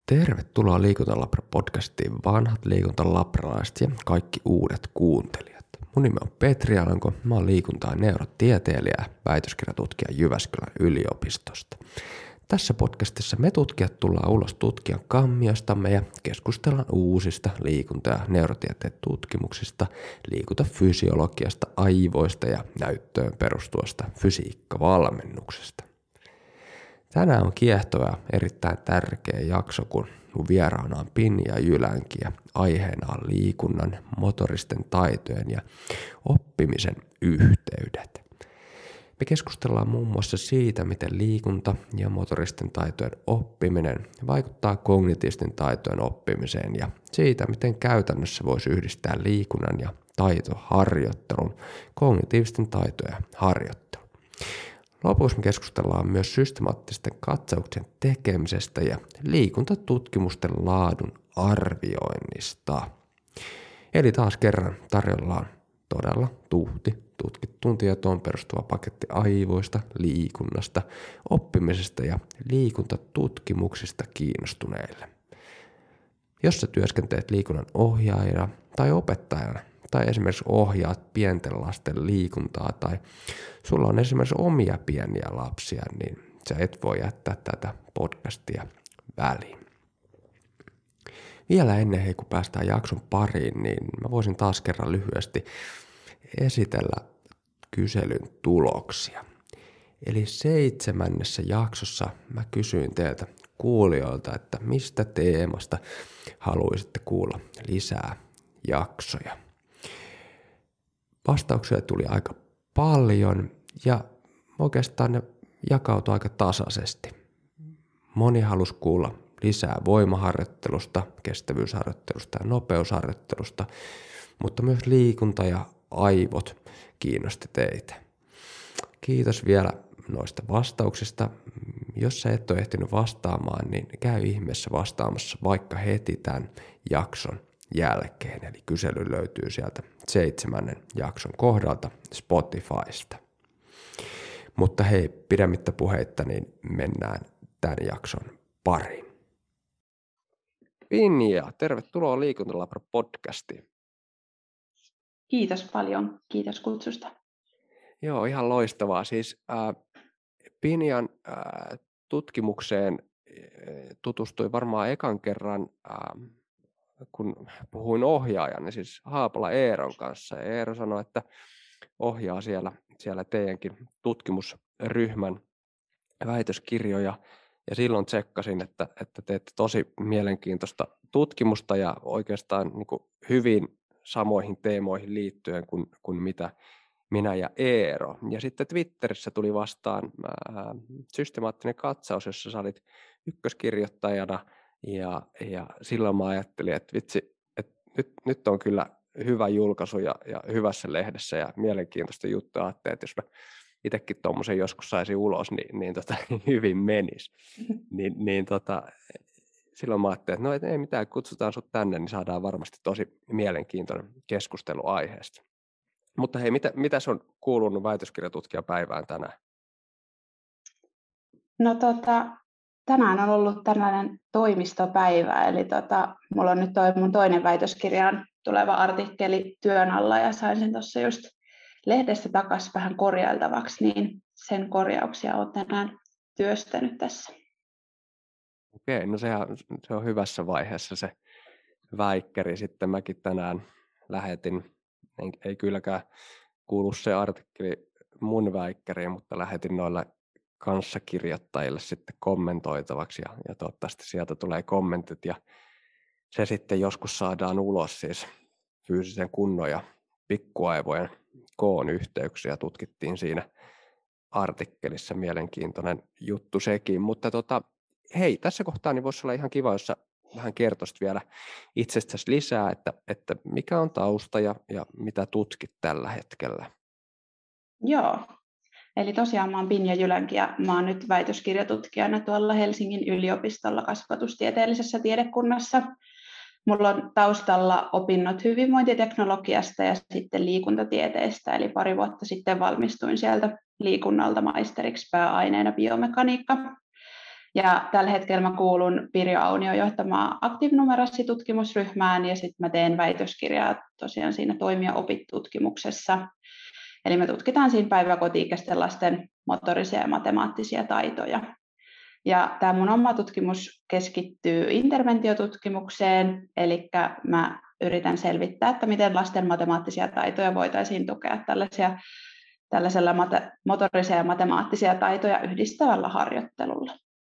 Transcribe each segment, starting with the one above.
Tervetuloa Liikuntalabra-podcastiin, vanhat liikuntalabralaiset ja kaikki uudet kuuntelijat. Mun nimi on Petri Alanko, mä oon liikunta- ja neurotieteilijä ja väitöskirjatutkija Jyväskylän yliopistosta. Tässä podcastissa me tutkijat tullaan ulos tutkijan kammiostamme ja keskustellaan uusista liikunta- ja neurotieteen tutkimuksista, liikuntafysiologiasta, aivoista ja näyttöön perustuvasta fysiikkavalmennuksesta. Tänään on kiehtova ja erittäin tärkeä jakso, kun mun vieraana on Pinja Jylänki ja aiheena on liikunnan, motoristen taitojen ja oppimisen yhteydet. Me keskustellaan muun muassa siitä, miten liikunta ja motoristen taitojen oppiminen vaikuttaa kognitiivisten taitojen oppimiseen ja siitä, miten käytännössä voisi yhdistää liikunnan ja taitoharjoittelun, kognitiivisten taitojen harjoittelun. Lopuksi me keskustellaan myös systemaattisten katsauksien tekemisestä ja liikuntatutkimusten laadun arvioinnista. Eli taas kerran tarjolla on todella tutkittuun tietoon perustuva paketti aivoista, liikunnasta, oppimisesta ja liikuntatutkimuksista kiinnostuneille. Jos sä työskentelet liikunnan ohjaajana tai opettajana, tai esimerkiksi ohjaat pienten lasten liikuntaa, tai sulla on esimerkiksi omia pieniä lapsia, niin sä et voi jättää tätä podcastia väliin. Vielä ennen kun päästään jakson pariin, niin mä voisin taas kerran lyhyesti esitellä kyselyn tuloksia. Eli 7. jaksossa mä kysyin teiltä kuulijoilta, että mistä teemasta haluaisitte kuulla lisää jaksoja. Vastauksia tuli aika paljon ja oikeastaan ne jakautui aika tasaisesti. Moni halusi kuulla lisää voimaharjoittelusta, kestävyysharjoittelusta ja nopeusharjoittelusta, mutta myös liikunta ja aivot kiinnosti teitä. Kiitos vielä noista vastauksista. Jos sä et ole ehtinyt vastaamaan, niin käy ihmeessä vastaamassa vaikka heti tämän jakson jälkeen. Eli kysely löytyy sieltä 7. jakson kohdalta Spotifysta. Mutta hei, pidemmittä puheitta, niin mennään tämän jakson pariin. Pinja, tervetuloa Liikuntalabra-podcastiin. Kiitos paljon. Kiitos kutsusta. Joo, ihan loistavaa. Siis Pinjan tutkimukseen tutustui varmaan ekan kerran, kun puhuin ohjaajan, siis Haapala Eeron kanssa. Ja Eero sanoi, että ohjaa siellä teidänkin tutkimusryhmän väitöskirjoja. Ja silloin tsekkasin, että teette tosi mielenkiintoista tutkimusta ja oikeastaan niin kuin hyvin samoihin teemoihin liittyen kuin mitä minä ja Eero. Ja sitten Twitterissä tuli vastaan systemaattinen katsaus, jossa sä olit ykköskirjoittajana ja silloin mä ajattelin, että vitsi, että nyt on kyllä hyvä julkaisu ja hyvässä lehdessä ja mielenkiintoista juttua. Ajattelin, että jos mä itsekin tuommoisen joskus saisi ulos, niin hyvin menisi. Silloin mä ajattelin, että no ei mitään, kutsutaan sut tänne, niin saadaan varmasti tosi mielenkiintoinen keskustelu aiheesta. Mutta hei, mitä on kuulunut väitöskirjatutkijapäivään tänään? No tänään on ollut tällainen toimistopäivä, eli mulla on nyt mun toinen väitöskirjaan tuleva artikkeli työn alla ja sain sen tuossa just lehdessä takaisin vähän korjailtavaksi, niin sen korjauksia olen tänään työstänyt tässä. Okei, no se on hyvässä vaiheessa se väikkäri. Sitten mäkin tänään lähetin, ei kylläkään kuulu se artikkeli mun väikkäriin, mutta lähetin noille kanssakirjoittajille sitten kommentoitavaksi ja toivottavasti sieltä tulee kommentit ja se sitten joskus saadaan ulos siis fyysisen kunnon ja pikkuaivojen koon yhteyksiä tutkittiin siinä artikkelissa, mielenkiintoinen juttu sekin, mutta hei, tässä kohtaa niin voisi olla ihan kiva, jos sä vähän kertoisit vielä itsestäsi lisää, että mikä on tausta ja mitä tutkit tällä hetkellä. Joo, eli tosiaan mä oon Pinja Jylänki ja mä oon nyt väitöskirjatutkijana tuolla Helsingin yliopistolla kasvatustieteellisessä tiedekunnassa. Mulla on taustalla opinnot hyvinvointiteknologiasta ja sitten liikuntatieteestä, eli 2 vuotta sitten valmistuin sieltä liikunnalta maisteriksi pääaineena biomekaniikka. Ja tällä hetkellä mä kuulun Pirjo Aunion johtamaan aktiivinumerassitutkimusryhmään ja sitten mä teen väitöskirjaa tosiaan siinä Toimi- ja opit-tutkimuksessa. Eli me tutkitaan siinä päiväkoti-ikäisten lasten motorisia ja matemaattisia taitoja. Ja tämä mun oma tutkimus keskittyy interventiotutkimukseen, eli mä yritän selvittää, että miten lasten matemaattisia taitoja voitaisiin tukea tällaisella motorisia ja matemaattisia taitoja yhdistävällä harjoittelulla.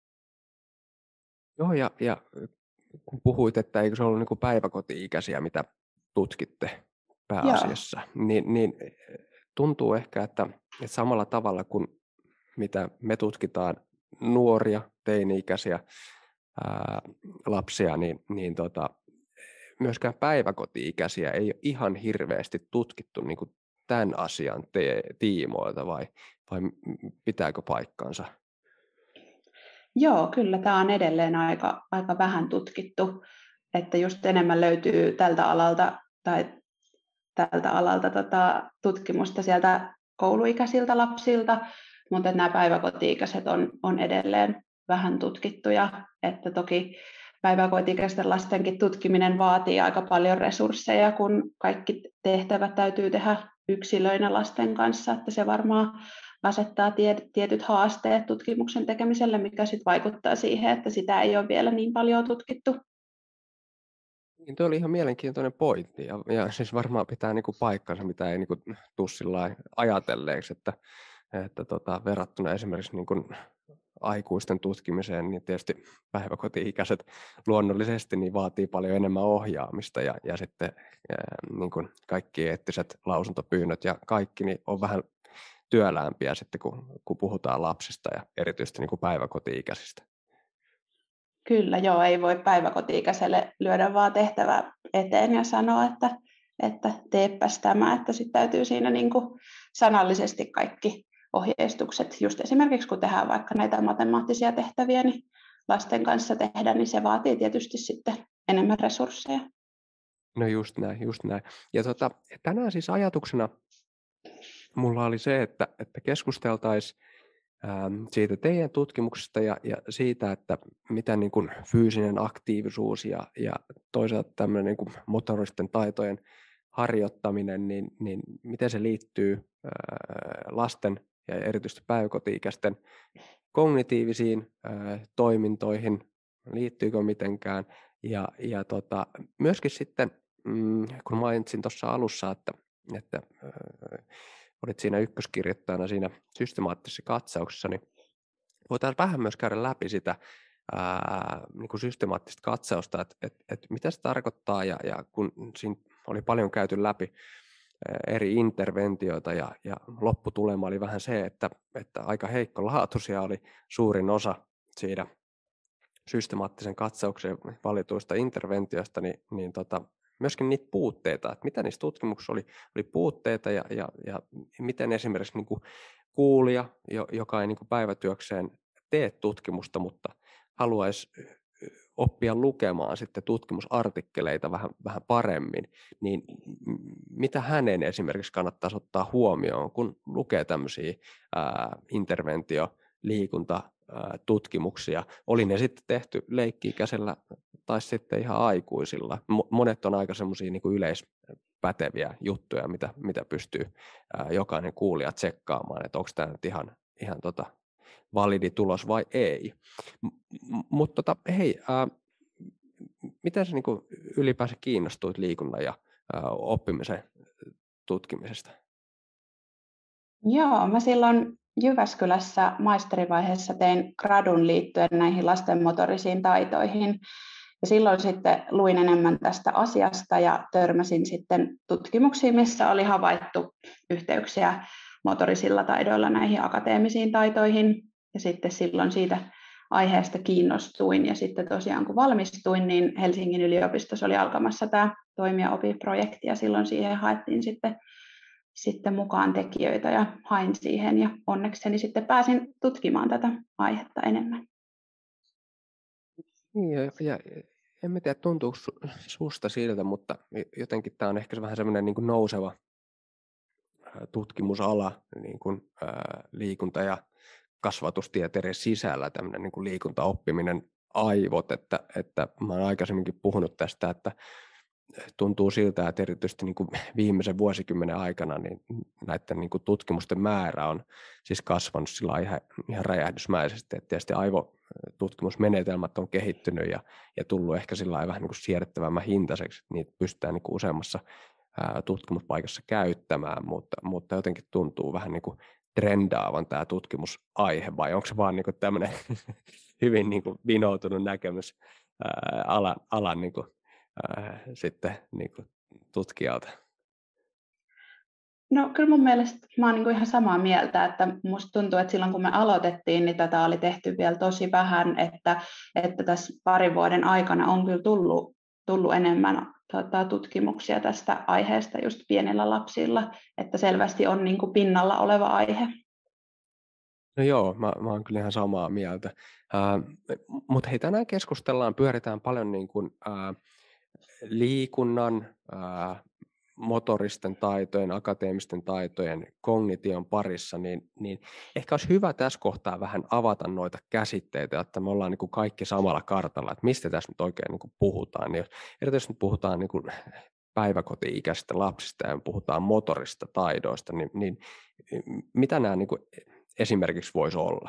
Joo, ja kun puhuit, että eikö se ollut niin kuin päiväkoti-ikäisiä, mitä tutkitte pääasiassa, niin tuntuu ehkä, että samalla tavalla kuin mitä me tutkitaan nuoria, teini-ikäisiä lapsia, niin myöskään päiväkoti-ikäisiä ei ole ihan hirveästi tutkittu niin kuin tämän asian tiimoilta, vai pitääkö paikkansa? Joo, kyllä tämä on edelleen aika vähän tutkittu, että just enemmän löytyy tältä alalta tutkimusta sieltä kouluikäisiltä lapsilta, mutta nämä päiväkoti-ikäiset on edelleen vähän tutkittuja, että toki päiväkoti-ikäisten lastenkin tutkiminen vaatii aika paljon resursseja, kun kaikki tehtävät täytyy tehdä yksilöinä lasten kanssa, että se varmaan asettaa tietyt haasteet tutkimuksen tekemiselle, mikä sitten vaikuttaa siihen, että sitä ei ole vielä niin paljon tutkittu. Niin tuo oli ihan mielenkiintoinen pointti, ja siis varmaan pitää niin kuin paikkansa, mitä ei niin kuin tule sillä ajatelleeksi, että verrattuna esimerkiksi niin kuin aikuisten tutkimiseen, niin tietysti päiväkoti-ikäiset luonnollisesti niin vaatii paljon enemmän ohjaamista, ja sitten niin kuin kaikki eettiset lausuntopyynnöt ja kaikki niin on vähän työläämpiä sitten, kun puhutaan lapsista ja erityisesti niin kuin päiväkoti-ikäisistä. Kyllä, joo, ei voi päiväkoti-ikäiselle lyödä vaan tehtävää eteen ja sanoa, että teepäs tämä, että sitten täytyy siinä niin kuin sanallisesti kaikki ohjeistukset, just esimerkiksi kun tehdään vaikka näitä matemaattisia tehtäviä, niin lasten kanssa tehdä, niin se vaatii tietysti sitten enemmän resursseja. No just näin, just näin. Ja tänään siis ajatuksena mulla oli se, että keskusteltaisiin siitä teidän tutkimuksesta ja siitä, että mitä niin kuin fyysinen aktiivisuus ja toisaalta tämmöinen niin kuin motoristen taitojen harjoittaminen, niin miten se liittyy lasten ja erityisesti päiväkoti-ikäisten kognitiivisiin toimintoihin, liittyykö mitenkään, ja myöskin sitten, kun mainitsin tuossa alussa, että olit siinä ykköskirjoittajana siinä systemaattisessa katsauksessa, niin voitaisiin vähän myös käydä läpi sitä niin kuin systemaattista katsausta, että mitä se tarkoittaa, ja kun siinä oli paljon käyty läpi eri interventioita, ja lopputulema oli vähän se, että aika heikkolaatuisia oli suurin osa siitä systemaattisen katsauksen valituista interventioista, niin myöskin niitä puutteita, että mitä niissä tutkimuksissa oli puutteita, ja miten esimerkiksi niin kuin kuulija, joka ei niin kuin päivätyökseen tee tutkimusta, mutta haluaisi oppia lukemaan sitten tutkimusartikkeleita vähän paremmin, niin mitä hänen esimerkiksi kannattaisi ottaa huomioon, kun lukee tämmöisiä interventioliikuntatutkimuksia, oli ne sitten tehty leikki-ikäisellä tai sitten ihan aikuisilla. Monet on aika semmoisia niin kuin yleispäteviä juttuja, mitä pystyy jokainen kuulija tsekkaamaan, että onko tämä nyt ihan validi tulos vai ei. Mutta hei, miten sä niin kuin ylipäänsä kiinnostuit liikunnan ja oppimisen tutkimisesta? Joo, mä silloin Jyväskylässä maisterivaiheessa tein gradun liittyen näihin lasten motorisiin taitoihin. Ja silloin sitten luin enemmän tästä asiasta ja törmäsin sitten tutkimuksiin, missä oli havaittu yhteyksiä motorisilla taidoilla näihin akateemisiin taitoihin. Ja sitten silloin siitä aiheesta kiinnostuin. Ja sitten tosiaan kun valmistuin, niin Helsingin yliopistossa oli alkamassa tämä Toimi- ja opi-projekti, ja silloin siihen haettiin sitten mukaan tekijöitä ja hain siihen, ja onnekseni sitten pääsin tutkimaan tätä aihetta enemmän. Niin, ja en mä tiedä, tuntuuko susta siltä, mutta jotenkin tämä on ehkä vähän semmoinen niin kuin nouseva tutkimusala, niin kuin liikunta ja kasvatustieteiden sisällä tämmöinen niin kuin liikuntaoppiminen, aivot, että mä oon aikaisemminkin puhunut tästä, että tuntuu siltä, että erityisesti niin kuin viimeisen vuosikymmenen aikana niin näiden niin kuin tutkimusten määrä on siis kasvanut sillä ihan räjähdysmäisesti, että tietysti aivotutkimusmenetelmät on kehittynyt ja tullut ehkä sillä vähän niin kuin siedettävämmän hintaiseksi, että niitä pystytään niin kuin useammassa tutkimuspaikassa käyttämään, mutta jotenkin tuntuu vähän niin kuin trendaavan tämä tutkimusaihe, vai onko se vaan niin kuin tämmöinen hyvin niin kuin vinoutunut näkemys alan niin kuin sitten niin kuin tutkijalta? No kyllä mun mielestä mä oon niin kuin ihan samaa mieltä, että musta tuntuu, että silloin kun me aloitettiin, niin tätä oli tehty vielä tosi vähän, että tässä parin vuoden aikana on kyllä tullut enemmän tutkimuksia tästä aiheesta just pienillä lapsilla, että selvästi on niin kuin pinnalla oleva aihe. No joo, mä oon kyllä ihan samaa mieltä. Mutta hei, tänään pyöritään paljon niin kuin, liikunnan, motoristen taitojen, akateemisten taitojen, kognition parissa, niin ehkä olisi hyvä tässä kohtaa vähän avata noita käsitteitä, että me ollaan niin kuin kaikki samalla kartalla, että mistä tässä nyt oikein niin kuin puhutaan. Niin erityisesti nyt puhutaan niin kuin päiväkoti-ikäisistä lapsista ja puhutaan motorista taidoista, niin mitä nämä niin kuin esimerkiksi voisi olla?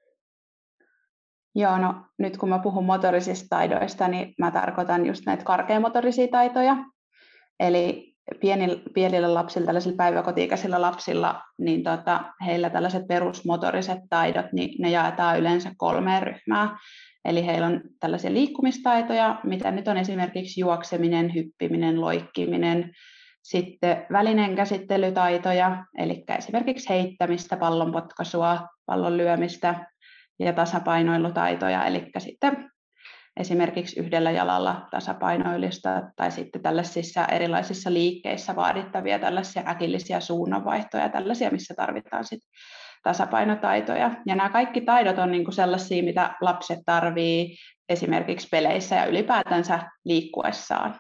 Joo, no nyt kun mä puhun motorisista taidoista, niin mä tarkoitan just näitä karkeamotorisia taitoja. Eli pienillä lapsilla, tällaisilla päiväkoti-ikäisillä lapsilla, niin heillä tällaiset perusmotoriset taidot, niin ne jaetaan yleensä 3 ryhmään. Eli heillä on tällaisia liikkumistaitoja, mitä nyt on esimerkiksi juokseminen, hyppiminen, loikkiminen, sitten välineen käsittelytaitoja, eli esimerkiksi heittämistä, pallonpotkaisua, pallon lyömistä ja tasapainoilutaitoja, eli sitten esimerkiksi yhdellä jalalla tasapainoilista tai sitten tällaisissa erilaisissa liikkeissä vaadittavia tällaisia äkillisiä suunnanvaihtoja, tällaisia, missä tarvitaan sitten tasapainotaitoja. Ja nämä kaikki taidot on niin kuin sellaisia, mitä lapset tarvii esimerkiksi peleissä ja ylipäätänsä liikkuessaan.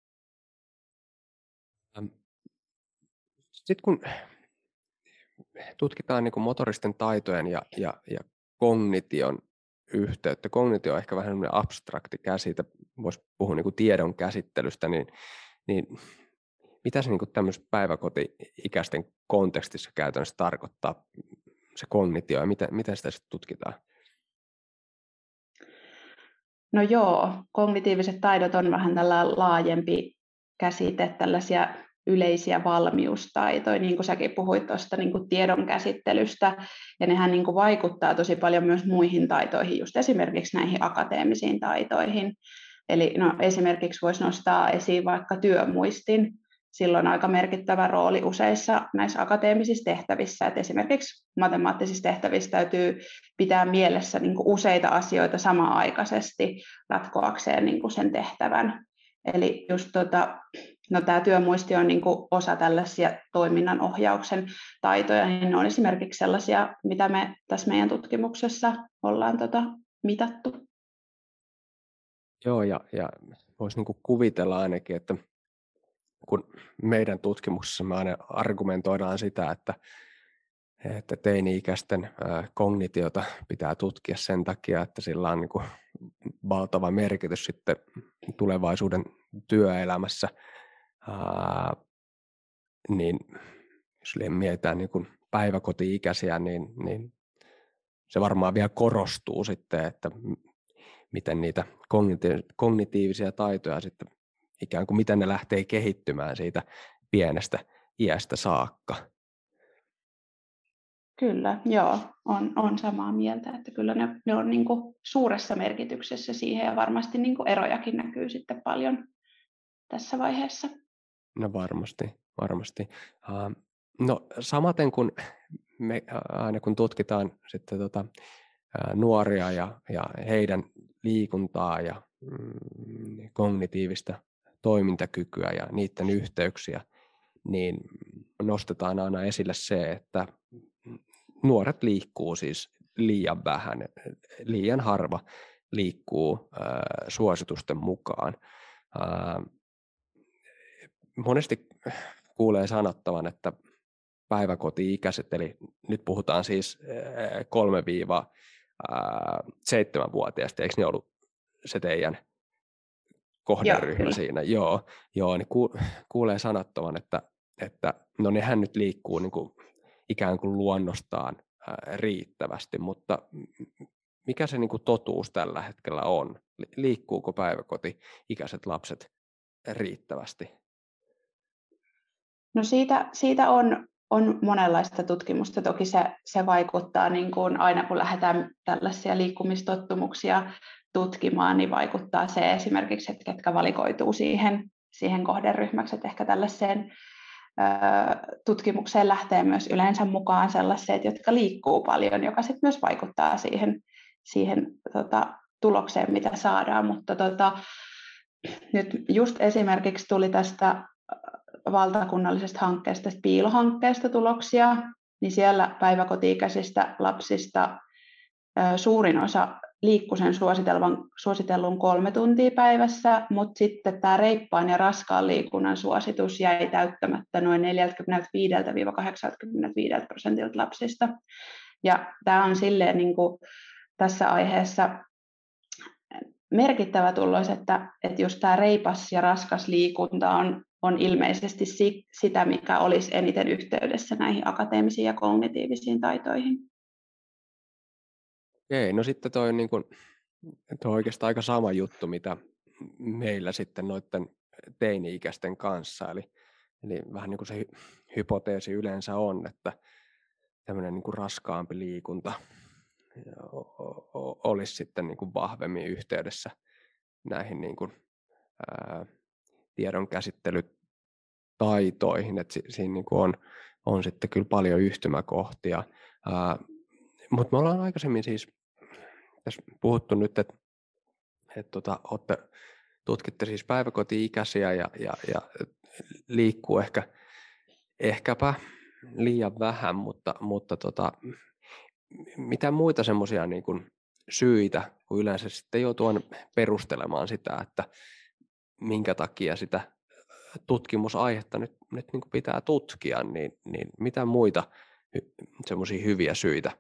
Sitten kun tutkitaan niin kuin motoristen taitojen ja kognition yhteyttä. Kognitio on ehkä vähän abstrakti käsite, voisi puhua niin kuin tiedon käsittelystä, niin mitä se niin kuin tämmöisessä päiväkoti-ikäisten kontekstissa käytännössä tarkoittaa se kognitio ja miten sitä sitten tutkitaan? No joo, kognitiiviset taidot on vähän tällainen laajempi käsite, tällaisia yleisiä valmiustaitoja, niin kuin säkin puhuit tuosta niin kuin tiedon käsittelystä, ja nehän niin kuin vaikuttaa tosi paljon myös muihin taitoihin, just esimerkiksi näihin akateemisiin taitoihin. Eli no, esimerkiksi voisi nostaa esiin vaikka työmuistin. Sillä on aika merkittävä rooli useissa näissä akateemisissa tehtävissä, että esimerkiksi matemaattisissa tehtävissä täytyy pitää mielessä niin kuin useita asioita samanaikaisesti ratkoakseen niin kuin sen tehtävän. Eli just tämä työmuisti on niin kuin osa tällaisia toiminnan ohjauksen taitoja, niin ne on esimerkiksi sellaisia, mitä me tässä meidän tutkimuksessa ollaan mitattu. Joo, ja voisi niin kuin kuvitella ainakin, että kun meidän tutkimuksessa me aina argumentoidaan sitä, että teini-ikäisten kognitiota pitää tutkia sen takia, että sillä on niin kuin valtava merkitys sitten tulevaisuuden työelämässä, niin jos mietitään niin kuin päiväkoti-ikäisiä, niin se varmaan vielä korostuu sitten, että miten niitä kognitiivisia taitoja sitten ikään kuin miten ne lähtee kehittymään siitä pienestä iästä saakka. Kyllä, joo, on samaa mieltä, että kyllä ne on niin kuin suuressa merkityksessä siihen ja varmasti niin kuin erojakin näkyy sitten paljon tässä vaiheessa. No varmasti. No samaten kun me aina kun tutkitaan sitten nuoria ja heidän liikuntaa ja kognitiivista toimintakykyä ja niiden yhteyksiä, niin nostetaan aina esille se, että nuoret liikkuu siis liian vähän, liian harva liikkuu suositusten mukaan. Monesti kuulee sanottavan, että päiväkoti-ikäiset, eli nyt puhutaan siis 3-7-vuotiaista, eikö ne ollut se teidän Joo, kohderyhmä kyllä. siinä? Joo, niin kuulee sanottavan, että no nehän nyt liikkuu niin kuin ikään kuin luonnostaan riittävästi, mutta mikä se niin kuin totuus tällä hetkellä on? Liikkuuko päiväkoti-ikäiset lapset riittävästi? No siitä on monenlaista tutkimusta. Toki se vaikuttaa, niin kuin aina kun lähdetään tällaisia liikkumistottumuksia tutkimaan, niin vaikuttaa se esimerkiksi, että ketkä valikoituu siihen kohderyhmäksi, että ehkä tällaiseen tutkimukseen lähtee myös yleensä mukaan sellaiset, jotka liikkuu paljon, joka sitten myös vaikuttaa siihen tulokseen, mitä saadaan. Mutta nyt just esimerkiksi tuli tästä valtakunnallisesta hankkeesta, piilohankkeesta tuloksia, niin siellä päiväkoti-ikäisistä lapsista suurin osa liikkui sen suositellun 3 tuntia päivässä, mutta sitten tämä reippaan ja raskaan liikunnan suositus jäi täyttämättä noin 45-85% lapsista. Ja tämä on silleen niin kuin tässä aiheessa merkittävä tulos, että just tämä reipas ja raskas liikunta on ilmeisesti sitä, mikä olisi eniten yhteydessä näihin akateemisiin ja kognitiivisiin taitoihin. Okei, no sitten toi on oikeastaan aika sama juttu, mitä meillä sitten noiden teini-ikäisten kanssa, eli vähän niin kuin se hypoteesi yleensä on, että tämmöinen niin kuin raskaampi liikunta olisi sitten niin kuin vahvemmin yhteydessä näihin niin kuin, tiedon käsittelytaitoihin, että siinä niin kuin on sitten kyllä paljon yhtymäkohtia, mutta me ollaan aikaisemmin siis tässä puhuttu nyt, että tutkitte siis päiväkoti-ikäisiä ja liikkuu ehkäpä liian vähän, mutta mitä muita semmoisia niin kuin syitä, kun yleensä sitten joutuu perustelemaan sitä, että minkä takia sitä tutkimusaihetta nyt niin kuin pitää tutkia, niin mitä muita semmoisia hyviä syitä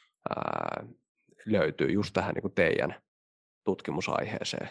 löytyy just tähän niin kuin teidän tutkimusaiheeseen?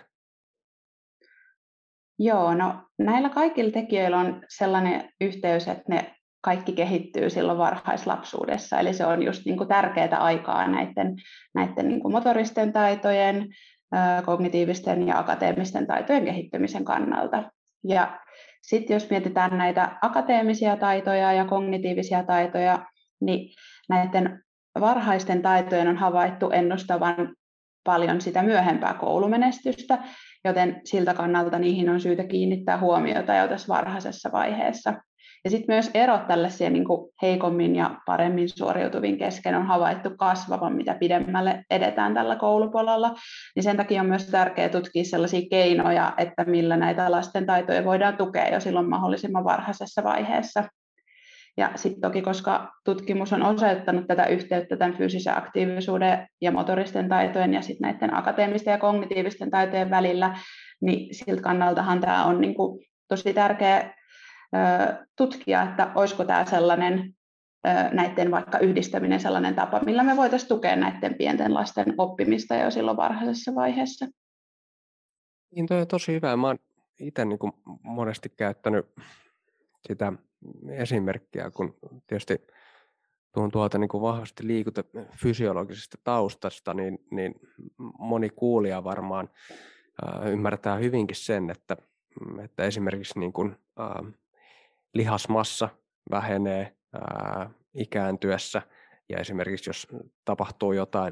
Joo, no näillä kaikilla tekijöillä on sellainen yhteys, että ne kaikki kehittyy silloin varhaislapsuudessa, eli se on just niin kuin tärkeää aikaa näiden niin kuin motoristen taitojen, kognitiivisten ja akateemisten taitojen kehittymisen kannalta. Ja sitten jos mietitään näitä akateemisia taitoja ja kognitiivisia taitoja, niin näiden varhaisten taitojen on havaittu ennustavan paljon sitä myöhempää koulumenestystä, joten siltä kannalta niihin on syytä kiinnittää huomiota jo tässä varhaisessa vaiheessa. Ja sitten myös erot tällaisia niin kuin heikommin ja paremmin suoriutuvin kesken on havaittu kasvavan, mitä pidemmälle edetään tällä koulupolalla. Niin sen takia on myös tärkeää tutkia sellaisia keinoja, että millä näitä lasten taitoja voidaan tukea jo silloin mahdollisimman varhaisessa vaiheessa. Ja sitten toki, koska tutkimus on osoittanut tätä yhteyttä tämän fyysisen aktiivisuuden ja motoristen taitojen ja sitten näiden akateemisten ja kognitiivisten taitojen välillä, niin siltä kannaltahan tämä on niin kuin tosi tärkeä tutkia, että olisiko tämä sellainen näiden vaikka yhdistäminen sellainen tapa, millä me voitaisiin tukea näiden pienten lasten oppimista jo silloin varhaisessa vaiheessa. Niin toi on tosi hyvä. Mä oon itse niin kuin monesti käyttänyt sitä esimerkkiä, kun tietysti tuon tuolta niin kuin vahvasti liikuntafysiologisesta taustasta, niin moni kuulija varmaan ymmärtää hyvinkin sen, että esimerkiksi niin kuin, lihasmassa vähenee ikääntyessä, ja esimerkiksi jos tapahtuu jotain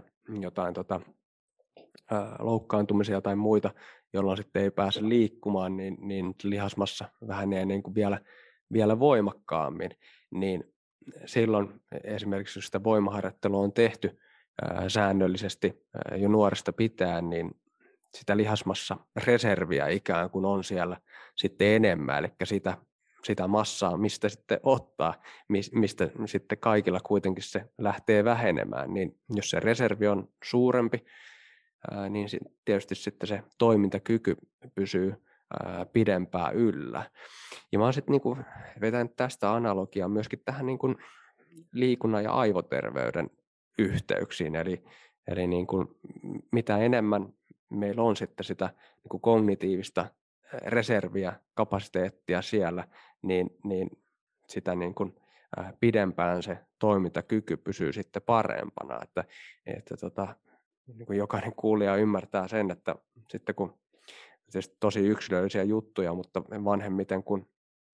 loukkaantumisia tai muita, jolloin sitten ei pääse liikkumaan, niin lihasmassa vähenee niin kuin vielä voimakkaammin, niin silloin esimerkiksi jos sitä voimaharjoittelua on tehty säännöllisesti jo nuoresta pitäen, niin sitä lihasmassa reserviä ikään kuin on siellä sitten enemmän, eli sitä massaa, mistä sitten ottaa, mistä sitten kaikilla kuitenkin se lähtee vähenemään, niin jos se reservi on suurempi, niin tietysti sitten se toimintakyky pysyy pidempään yllä. Ja mä oon sitten niinku vetänyt tästä analogiaa myöskin tähän niinku liikunnan ja aivoterveyden yhteyksiin, eli niinku mitä enemmän meillä on sitten sitä niinku kognitiivista reserviä, kapasiteettia siellä, niin sitä niinku pidempään se toimintakyky pysyy sitten parempana, että niin kuin jokainen kuulija ymmärtää sen, että sitten kun tosi yksilöllisiä juttuja, mutta vanhemmiten kun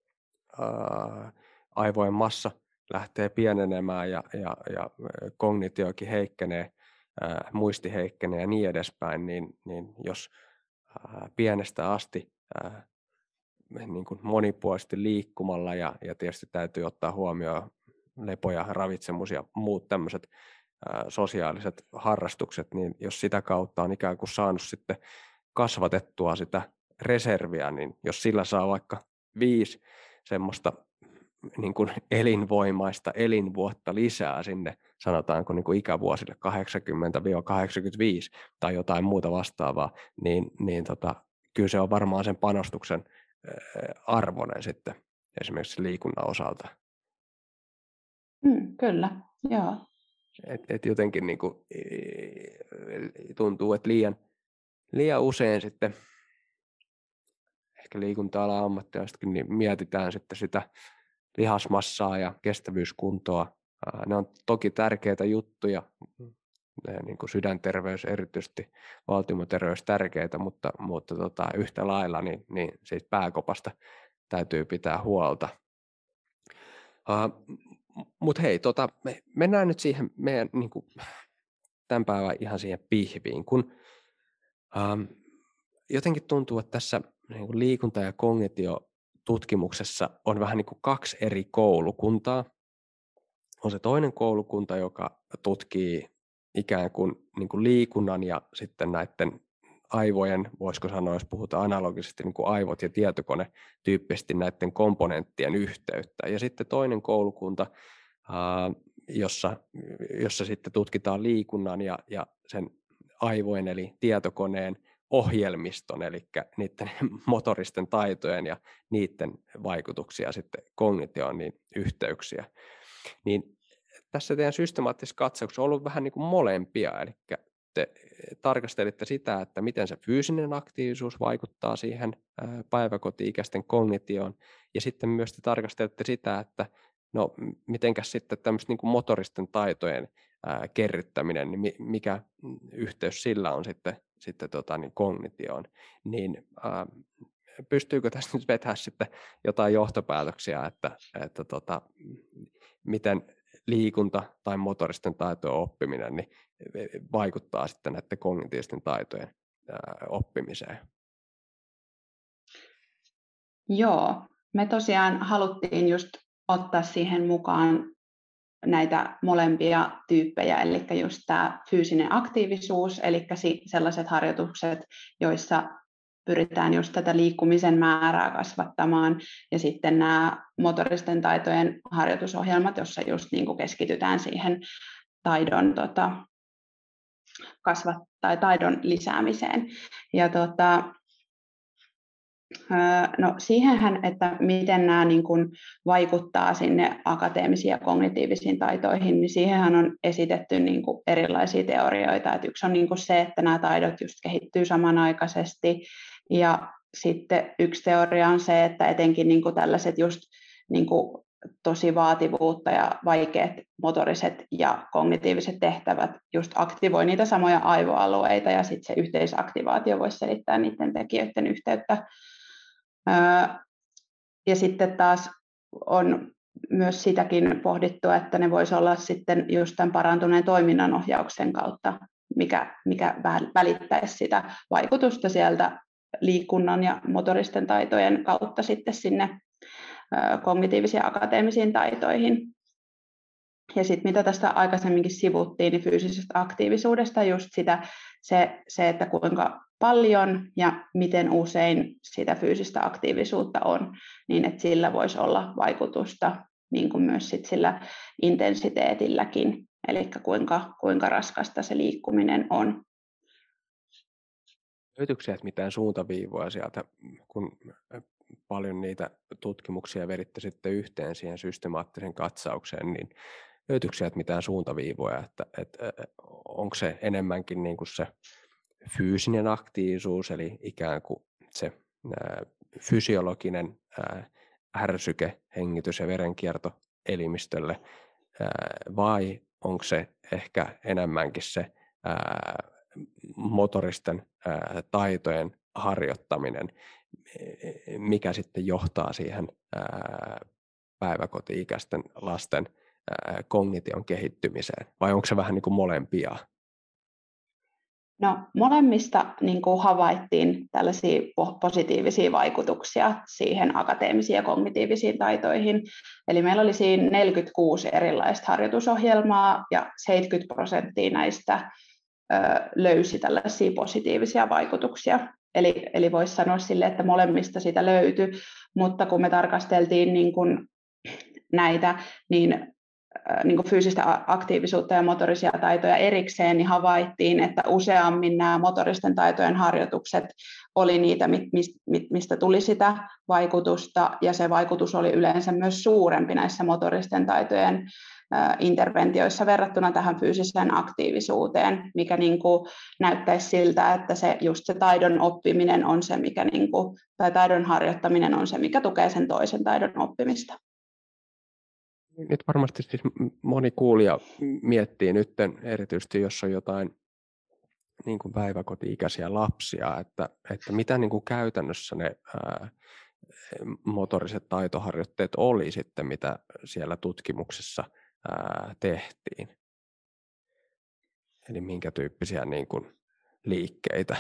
aivojen massa lähtee pienenemään ja kognitiokin heikkenee, muisti heikkenee ja niin edespäin, niin jos pienestä asti niin kuin monipuolisesti liikkumalla ja tietysti täytyy ottaa huomioon lepo ja ravitsemus ja muut tämmöiset sosiaaliset harrastukset, niin jos sitä kautta on ikään kuin saanut sitten kasvatettua sitä reserviä, niin jos sillä saa vaikka 5 semmoista niin kuin elinvoimaista elinvuotta lisää sinne, sanotaanko niin kuin ikävuosille 80-85 tai jotain muuta vastaavaa, niin kyllä se on varmaan sen panostuksen arvoinen sitten esimerkiksi liikunnan osalta. Kyllä, joo. Et jotenkin niin kuin, tuntuu, että liian usein sitten ehkä liikunta-alan ammattilaisetkin niin mietitään sitten sitä lihasmassaa ja kestävyyskuntoa. Ne on toki tärkeitä juttuja, niin kuin sydänterveys, erityisesti valtimoterveys tärkeitä, mutta yhtä lailla niin siitä pääkopasta täytyy pitää huolta. Mutta hei, mennään nyt siihen meidän niin kuin, tämän päivän ihan siihen pihviin, kun jotenkin tuntuu, että tässä niin kuin liikunta- ja kognitiotutkimuksessa on vähän niin kuin 2 eri koulukuntaa. On se toinen koulukunta, joka tutkii ikään kuin, liikunnan ja sitten näiden aivojen, voisiko sanoa, jos puhutaan analogisesti, niin kuin aivot ja tietokone tyyppisesti näiden komponenttien yhteyttä. Ja sitten toinen koulukunta, jossa sitten tutkitaan liikunnan ja sen aivojen eli tietokoneen ohjelmiston, eli niiden motoristen taitojen ja niiden vaikutuksia sitten kognitioon, niin yhteyksiä. Niin tässä teidän systemaattisessa katsauksessa on ollut vähän niin kuin molempia, eli te tarkastelitte sitä, että miten se fyysinen aktiivisuus vaikuttaa siihen päiväkoti-ikäisten kognitioon, ja sitten myös te tarkastelitte sitä, että no mitenkäs sitten tämmöistä niin kuin motoristen taitojen kerryttäminen, niin mikä yhteys sillä on sitten niin kognitioon, niin pystyykö tässä nyt vetämään sitten jotain johtopäätöksiä, että miten liikunta tai motoristen taitojen oppiminen niin vaikuttaa sitten näiden kognitiivisten taitojen oppimiseen? Joo, me tosiaan haluttiin just ottaa siihen mukaan näitä molempia tyyppejä, eli just tämä fyysinen aktiivisuus, eli sellaiset harjoitukset, joissa pyritään just tätä liikkumisen määrää kasvattamaan, ja sitten nämä motoristen taitojen harjoitusohjelmat, joissa just niin kuin keskitytään siihen taidon, taidon lisäämiseen. Ja no siihenhän, että miten nämä niin kuin vaikuttaa sinne akateemisiin ja kognitiivisiin taitoihin, niin siihenhän on esitetty niin kuin erilaisia teorioita. Että yksi on niin kuin se, että nämä taidot just kehittyy samanaikaisesti, ja sitten yksi teoria on se, että etenkin niin kuin tällaiset just niin kuin tosi vaativuutta ja vaikeat motoriset ja kognitiiviset tehtävät just aktivoi niitä samoja aivoalueita, ja sitten se yhteisaktivaatio voisi selittää niiden tekijöiden yhteyttä. Ja sitten taas on myös sitäkin pohdittu, että ne voisi olla sitten just tämän parantuneen toiminnanohjauksen kautta, mikä välittäisi sitä vaikutusta sieltä liikunnan ja motoristen taitojen kautta sitten sinne kognitiivisiin ja akateemisiin taitoihin. Ja sitten mitä tästä aikaisemminkin sivuttiin, niin fyysisestä aktiivisuudesta just se, että kuinka paljon ja miten usein sitä fyysistä aktiivisuutta on, niin että sillä voisi olla vaikutusta niin kuin myös sit sillä intensiteetilläkin, eli kuinka raskasta se liikkuminen on. löytyykö sieltä mitään suuntaviivoja sieltä, kun paljon niitä tutkimuksia veditte sitten yhteen siihen systemaattiseen katsaukseen, niin löytyykö sieltä mitään suuntaviivoja, että onko se enemmänkin niin kuin se fyysinen aktiivisuus, eli ikään kuin se fysiologinen ärsyke, hengitys ja verenkierto elimistölle, vai onko se ehkä enemmänkin se motoristen taitojen harjoittaminen, mikä sitten johtaa siihen päiväkoti-ikäisten lasten kognition kehittymiseen, vai onko se vähän niin kuin molempia? No, molemmista niin kuin havaittiin tällaisia positiivisia vaikutuksia siihen akateemisiin ja kognitiivisiin taitoihin. Eli meillä oli siinä 46 erilaista harjoitusohjelmaa ja 70% näistä löysi tällaisia positiivisia vaikutuksia. Eli voisi sanoa sille, että molemmista sitä löytyi, mutta kun me tarkasteltiin niin kuin näitä, niin kuin fyysistä aktiivisuutta ja motorisia taitoja erikseen, niin havaittiin, että useammin nämä motoristen taitojen harjoitukset oli niitä, mistä tuli sitä vaikutusta, ja se vaikutus oli yleensä myös suurempi näissä motoristen taitojen interventioissa verrattuna tähän fyysiseen aktiivisuuteen, mikä niin kuin näyttäisi siltä, että just se taidon oppiminen on se, mikä tai taidon harjoittaminen on se, mikä tukee sen toisen taidon oppimista. Nyt varmasti siis moni kuulija miettii nyt, erityisesti jos on jotain niin kuin päiväkoti-ikäisiä lapsia, että mitä niin kuin käytännössä ne motoriset taitoharjoitteet oli sitten, mitä siellä tutkimuksessa tehtiin. Eli minkä tyyppisiä niin kuin liikkeitä?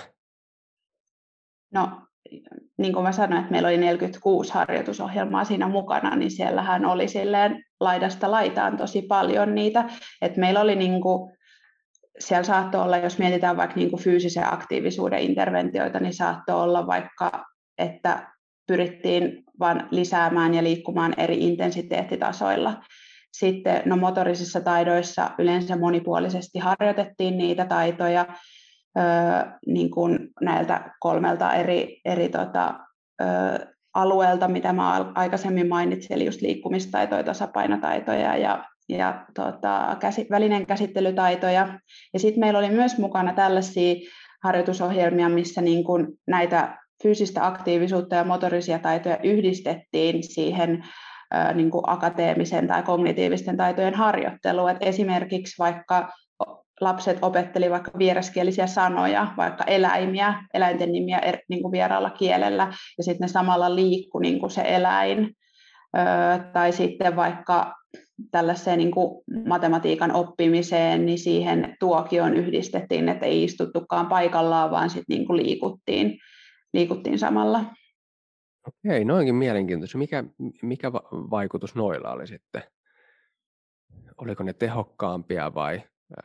No, niin kuin mä sanoin, että meillä oli 46 harjoitusohjelmaa siinä mukana, niin siellähän oli silleen laidasta laitaan tosi paljon niitä. Että meillä oli siellä saattoi olla, jos mietitään vaikka fyysisen aktiivisuuden interventioita, niin saattoi olla vaikka, että pyrittiin vain lisäämään ja liikkumaan eri intensiteettitasoilla. Sitten motorisissa taidoissa yleensä monipuolisesti harjoitettiin niitä taitoja, niin kuin näiltä 3 eri alueelta, mitä mä aikaisemmin mainitsin, eli just liikkumistaitoja, tasapainotaitoja ja välinen käsittelytaitoja. Ja sitten meillä oli myös mukana tällaisia harjoitusohjelmia, missä niin kuin näitä fyysistä aktiivisuutta ja motorisia taitoja yhdistettiin siihen niin kuin akateemisen tai kognitiivisten taitojen harjoitteluun. Et esimerkiksi vaikka lapset opetteli vaikka vieraskielisiä sanoja, vaikka eläinten nimiä niin kuin vieraalla kielellä, ja sitten ne samalla liikkui niin kuin se eläin. Tai sitten vaikka tällaiseen niin kuin matematiikan oppimiseen, niin siihen tuokioon yhdistettiin, että ei istuttukaan paikallaan, vaan sitten niin kuin liikuttiin samalla. Okei, noinkin mielenkiintoista. Mikä vaikutus noilla oli sitten? Oliko ne tehokkaampia vai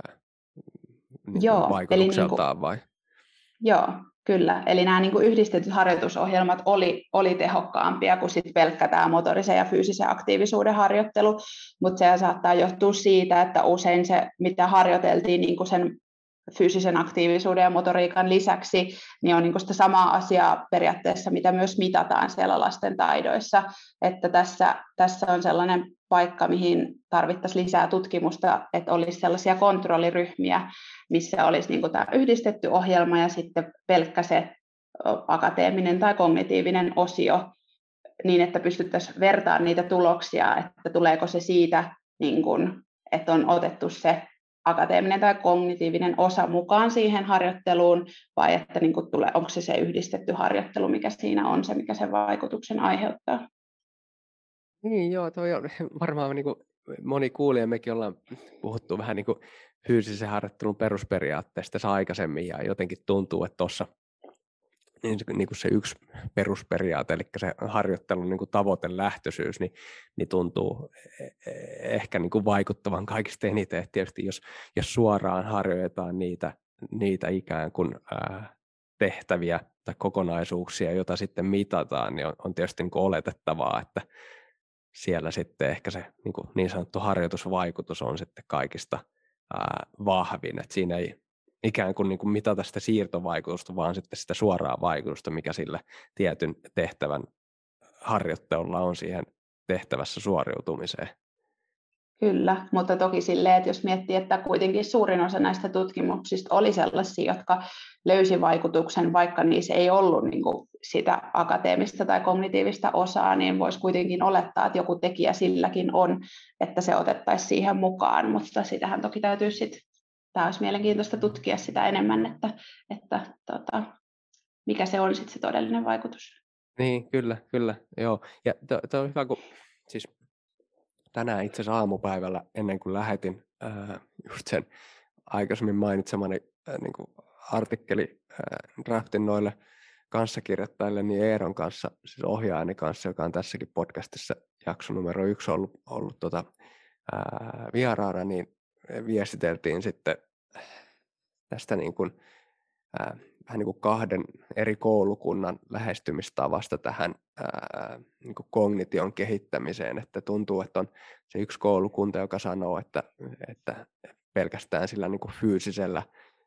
vaikutukseltaan vai? Joo, kyllä. Eli nämä niin kuin yhdistetyt harjoitusohjelmat oli tehokkaampia kuin sit pelkkä tämä motorisen ja fyysisen aktiivisuuden harjoittelu, mutta se saattaa johtua siitä, että usein se, mitä harjoiteltiin niin kuin sen fyysisen aktiivisuuden ja motoriikan lisäksi, niin on niin kuin sitä samaa asiaa periaatteessa, mitä myös mitataan siellä lasten taidoissa. Että tässä on sellainen paikka, mihin tarvittaisiin lisää tutkimusta, että olisi sellaisia kontrolliryhmiä, missä olisi niin kuin tämä yhdistetty ohjelma ja sitten pelkkä se akateeminen tai kognitiivinen osio, niin että pystyttäisiin vertaamaan niitä tuloksia, että tuleeko se siitä, niin kuin, että on otettu se akateeminen tai kognitiivinen osa mukaan siihen harjoitteluun, vai että niin kuin onko se yhdistetty harjoittelu, mikä siinä on se, mikä sen vaikutuksen aiheuttaa. Niin joo, toi on varmaan niin kuin moni kuulija, mekin ollaan puhuttu vähän niin kuin fyysisen harjoittelun perusperiaatteesta aikaisemmin, ja jotenkin tuntuu, että tuossa niin kuin se yksi perusperiaate, eli se harjoittelun niin kuin tavoitelähtöisyys, niin tuntuu ehkä niin kuin vaikuttavan kaikista eniten. Että tietysti jos suoraan harjoitetaan niitä ikään kuin tehtäviä tai kokonaisuuksia, joita sitten mitataan, niin on tietysti niin kuin oletettavaa, että siellä sitten ehkä se niin sanottu harjoitusvaikutus on sitten kaikista vahvin. Että siinä ei ikään kuin, niin kuin mitata sitä siirtovaikutusta, vaan sitten sitä suoraa vaikutusta, mikä sillä tietyn tehtävän harjoittelulla on siihen tehtävässä suoriutumiseen. Kyllä, mutta toki silleen, että jos miettii, että kuitenkin suurin osa näistä tutkimuksista oli sellaisia, jotka löysi vaikutuksen, vaikka niissä ei ollut niin kuin sitä akateemista tai kognitiivista osaa, niin voisi kuitenkin olettaa, että joku tekijä silläkin on, että se otettaisiin siihen mukaan, mutta sitähän toki täytyy sitten, tämä olisi mielenkiintoista tutkia sitä enemmän, että mikä se on sitten se todellinen vaikutus. Niin, kyllä, joo. Ja tuo on hyvä, kun siis tänään itse asiassa aamupäivällä ennen kuin lähetin just sen aikaisemmin mainitsemani niin kuin artikkeli draftin noille kanssakirjoittajille, niin Eeron kanssa, siis ohjaajani kanssa, joka on tässäkin podcastissa jakso numero 1 ollut vieraana, niin viestiteltiin sitten tästä niin kuin, vähän niin kuin 2 eri koulukunnan lähestymistavasta tähän niin kuin kognition kehittämiseen, että tuntuu, että on se yksi koulukunta, joka sanoo, että pelkästään sillä niin kuin fyysisellä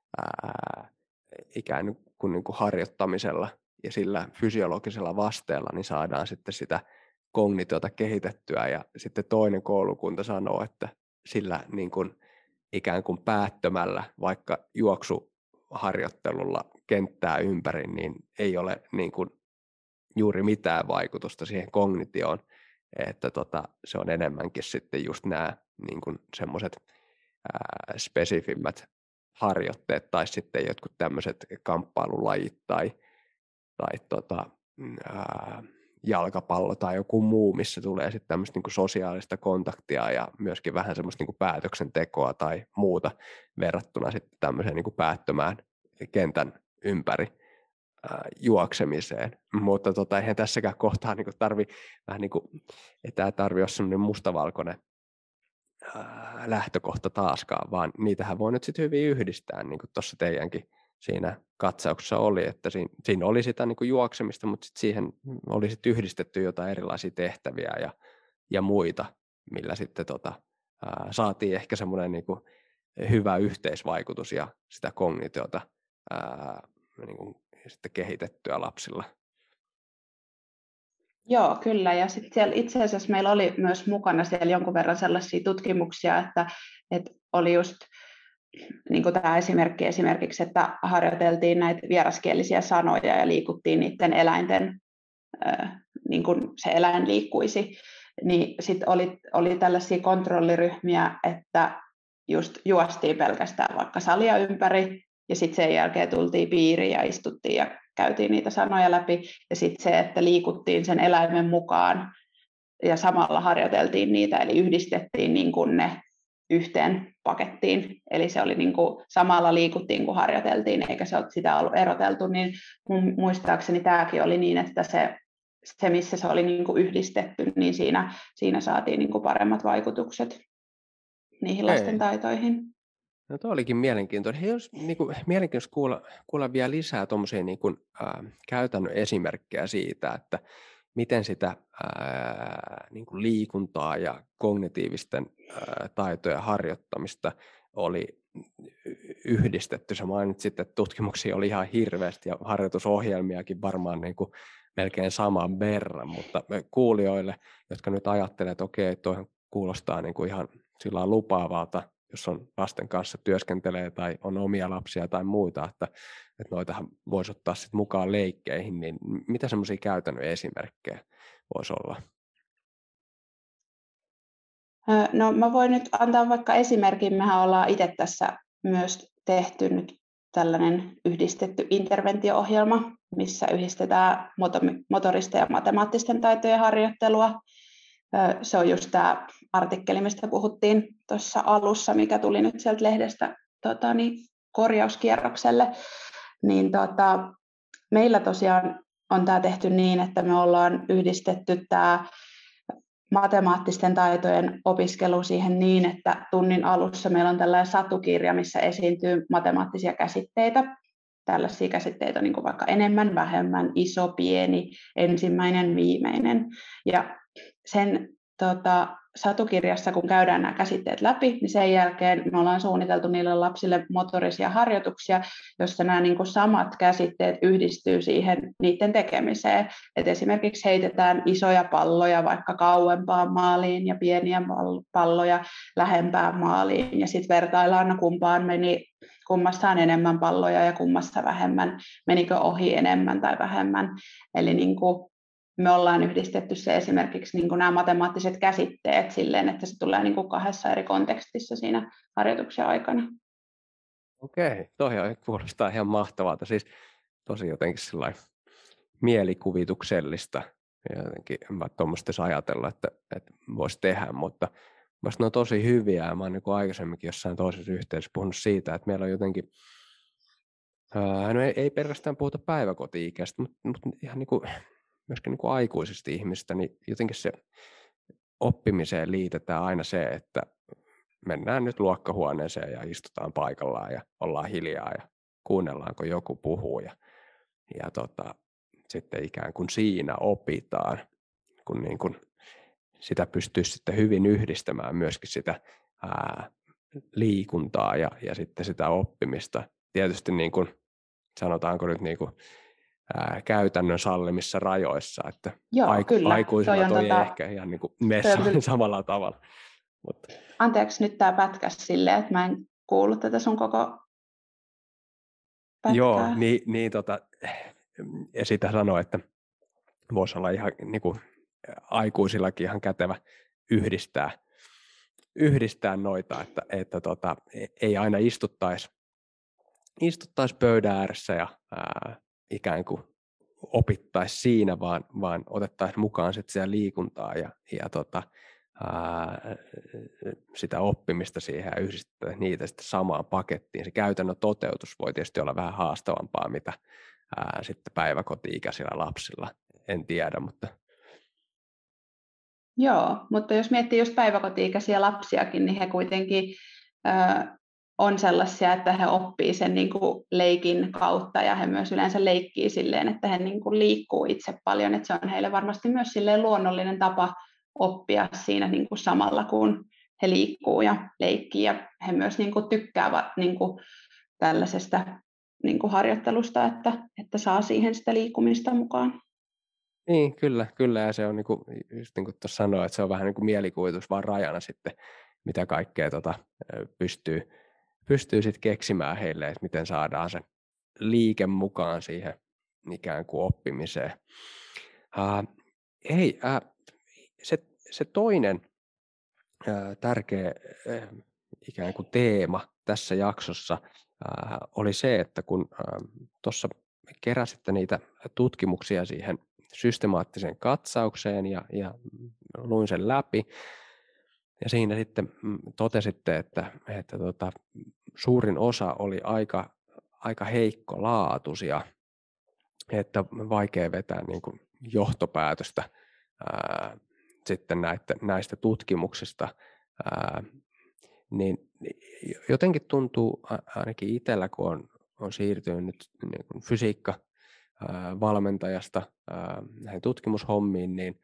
ikään kuin, niin kuin harjoittamisella ja sillä fysiologisella vasteella niin saadaan sitten sitä kognitiota kehitettyä, ja sitten toinen koulukunta sanoo, että sillä niin kuin ikään kuin päättömällä vaikka juoksuharjoittelulla kenttää ympäri, niin ei ole niin kuin juuri mitään vaikutusta siihen kognitioon, että se on enemmänkin sitten just nämä niin kuin semmoiset spesifimmät harjoitteet tai sitten jotkut tämmöiset kamppailulajit tai jalkapallo tai joku muu, missä tulee sitten tämmöistä niin kuin sosiaalista kontaktia ja myöskin vähän semmoista niin kuin päätöksentekoa tai muuta verrattuna sitten tämmöiseen niin kuin päättömään kentän ympäri juoksemiseen, mutta eihän tässäkään kohtaa niin ei tämä tarvitse olla semmoinen mustavalkoinen lähtökohta taaskaan, vaan niitähän voi nyt sitten hyvin yhdistää, niin kuin tuossa teidänkin siinä katsauksessa oli, että siinä oli sitä niin kuin juoksemista, mutta sitten siihen oli sitten yhdistetty jotain erilaisia tehtäviä ja muita, millä sitten saatiin ehkä semmoinen niin kuin hyvä yhteisvaikutus ja sitä kognitiota niin kuin sitten kehitettyä lapsilla. Joo, kyllä. Ja sitten siellä itse asiassa meillä oli myös mukana siellä jonkun verran sellaisia tutkimuksia, että oli just niin kuin tämä esimerkiksi, että harjoiteltiin näitä vieraskielisiä sanoja ja liikuttiin niiden eläinten, niin kuin se eläin liikkuisi, niin sitten oli tällaisia kontrolliryhmiä, että just juostiin pelkästään vaikka salia ympäri, ja sitten sen jälkeen tultiin piiriin ja istuttiin ja käytiin niitä sanoja läpi, ja sitten se, että liikuttiin sen eläimen mukaan, ja samalla harjoiteltiin niitä, eli yhdistettiin niin kuin ne yhteen pakettiin, eli se oli niin kuin samalla liikuttiin kuin harjoiteltiin, eikä se ole sitä ollut eroteltu, niin muistaakseni tämäkin oli niin, että se missä se oli niin kuin yhdistetty, niin siinä saatiin niin kuin paremmat vaikutukset niihin lasten taitoihin. No tuo olikin mielenkiintoinen. Hei, olisi niin kuin, mielenkiintoista kuulla vielä lisää tuommoisia niin kuin, käytännön esimerkkejä siitä, että miten sitä niin kuin liikuntaa ja kognitiivisten taitojen harjoittamista oli yhdistetty. Sä mainitsit, että tutkimuksia oli ihan hirveästi ja harjoitusohjelmiakin varmaan niin kuin melkein saman verran, mutta kuulijoille, jotka nyt ajattelee, että okei, tuohon kuulostaa niin kuin ihan sillä lupaavalta, jos on lasten kanssa työskentelee tai on omia lapsia tai muita, että noitahan voisi ottaa sit mukaan leikkeihin, niin mitä semmoisia käytännön esimerkkejä voisi olla? No mä voin nyt antaa vaikka esimerkin. Mehän ollaan itse tässä myös tehty nyt tällainen yhdistetty interventio-ohjelma, missä yhdistetään motoristen ja matemaattisten taitojen harjoittelua. Se on just tämä artikkeli, mistä puhuttiin tuossa alussa, mikä tuli nyt sieltä lehdestä korjauskierrokselle. Niin meillä tosiaan on tämä tehty niin, että me ollaan yhdistetty tämä matemaattisten taitojen opiskelu siihen niin, että tunnin alussa meillä on tällainen satukirja, missä esiintyy matemaattisia käsitteitä. Tällaisia käsitteitä niin kuin vaikka enemmän, vähemmän, iso, pieni, ensimmäinen, viimeinen. Ja satukirjassa, kun käydään nämä käsitteet läpi, niin sen jälkeen me ollaan suunniteltu niille lapsille motorisia harjoituksia, jossa nämä niin kuin samat käsitteet yhdistyy siihen niiden tekemiseen. Et esimerkiksi heitetään isoja palloja vaikka kauempaan maaliin ja pieniä palloja lähempään maaliin, ja sitten vertaillaan, kumpaan meni, kummassa on enemmän palloja ja kummassa vähemmän, menikö ohi enemmän tai vähemmän. Eli niin kuin me ollaan yhdistetty se esimerkiksi niin kuin nämä matemaattiset käsitteet silleen, että se tulee niin kuin 2 eri kontekstissa siinä harjoituksen aikana. Okei, toi kuulostaa ihan mahtavalta. Siis tosi jotenkin sellainen mielikuvituksellista. Ja jotenkin en mä tuommoista ajatella, että voisi tehdä, mutta ne on tosi hyviä. Ja mä oon niin kuin aikaisemminkin jossain toisessa yhteydessä puhunut siitä, että meillä on jotenkin, no ei pelkästään puhuta päiväkoti-ikäistä, mutta ihan niin kuin, myöskin niin kuin aikuisista ihmistä, niin jotenkin se oppimiseen liitetään aina se, että mennään nyt luokkahuoneeseen ja istutaan paikallaan ja ollaan hiljaa ja kuunnellaan, kun joku puhuu ja sitten ikään kuin siinä opitaan, kun niin kuin sitä pystyy sitten hyvin yhdistämään myöskin sitä liikuntaa ja sitten sitä oppimista. Tietysti niin kuin, sanotaanko nyt niin kuin, käytännön sallimissa rajoissa, että Joo, kyllä. aikuisilla toi ei ehkä ihan niin kuin mene samalla tavalla. Mutta. Anteeksi, nyt tämä pätkäs silleen, että mä en kuullut tätä sun koko pätkää. Joo, niin ja sitä sanoo, että voisi olla ihan niin kuin aikuisillakin ihan kätevä yhdistää noita, että ei aina istuttaisi pöydän ääressä ja ikään kuin opittaisi siinä, vaan otettaisiin mukaan sitten siellä liikuntaa ja sitä oppimista siihen ja yhdistettäisiin niitä sitten samaan pakettiin. Se käytännön toteutus voi tietysti olla vähän haastavampaa, mitä sitten päiväkoti-ikäisillä lapsilla. En tiedä, mutta. Joo, mutta jos miettii just päiväkoti-ikäisiä lapsiakin, niin he kuitenkin on sellaisia, että he oppii sen niin kuin leikin kautta ja he myös yleensä leikkii silleen, että he niin kuin liikkuu itse paljon, että se on heille varmasti myös silleen luonnollinen tapa oppia siinä niin kuin samalla, kun he liikkuu ja leikkii ja he myös niin kuin tykkäävät niin kuin tällaisesta niin kuin harjoittelusta, että saa siihen sitä liikkumista mukaan. Niin, kyllä, ja se on just niin kuin tuossa sanoin, että se on vähän niin kuin mielikuvitus vaan rajana sitten, mitä kaikkea pystyy sitten keksimään heille, että miten saadaan se liike mukaan siihen ikään kuin oppimiseen. Se toinen tärkeä ikään kuin teema tässä jaksossa oli se, että kun tuossa keräsitte niitä tutkimuksia siihen systemaattiseen katsaukseen ja luin sen läpi, ja siinä sitten totesitte, että suurin osa oli aika heikkolaatuisia, että vaikea vetää niin kuin johtopäätöstä sitten näistä tutkimuksista, niin jotenkin tuntuu ainakin itsellä, kun on siirtynyt nyt niin kuin fysiikkavalmentajasta näihin tutkimushommiin, niin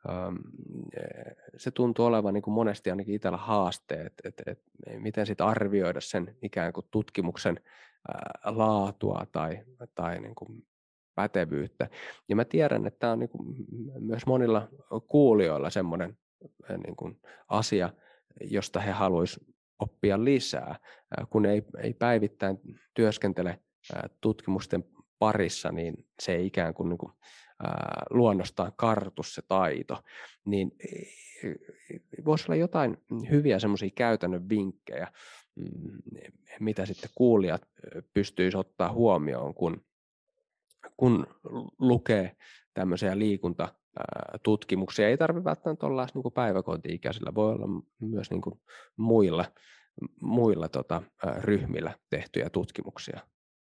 se tuntuu olevan niin kuin monesti ainakin itsellä haasteet, että miten sitten arvioida sen ikään kuin tutkimuksen laatua tai niin kuin pätevyyttä. Ja mä tiedän, että tämä on niin kuin myös monilla kuulijoilla semmoinen niin kuin asia, josta he haluaisivat oppia lisää. Kun ei päivittäin työskentele tutkimusten parissa, niin se ei ikään kuin luonnostaan kartu se taito, niin voisi olla jotain hyviä semmoisia käytännön vinkkejä, mitä sitten kuulijat pystyisivät ottaa huomioon, kun lukee tämmöisiä liikuntatutkimuksia. Ei tarvitse välttämättä olla niin kuin päiväkoti-ikäisillä, voi olla myös niin kuin muilla ryhmillä tehtyjä tutkimuksia.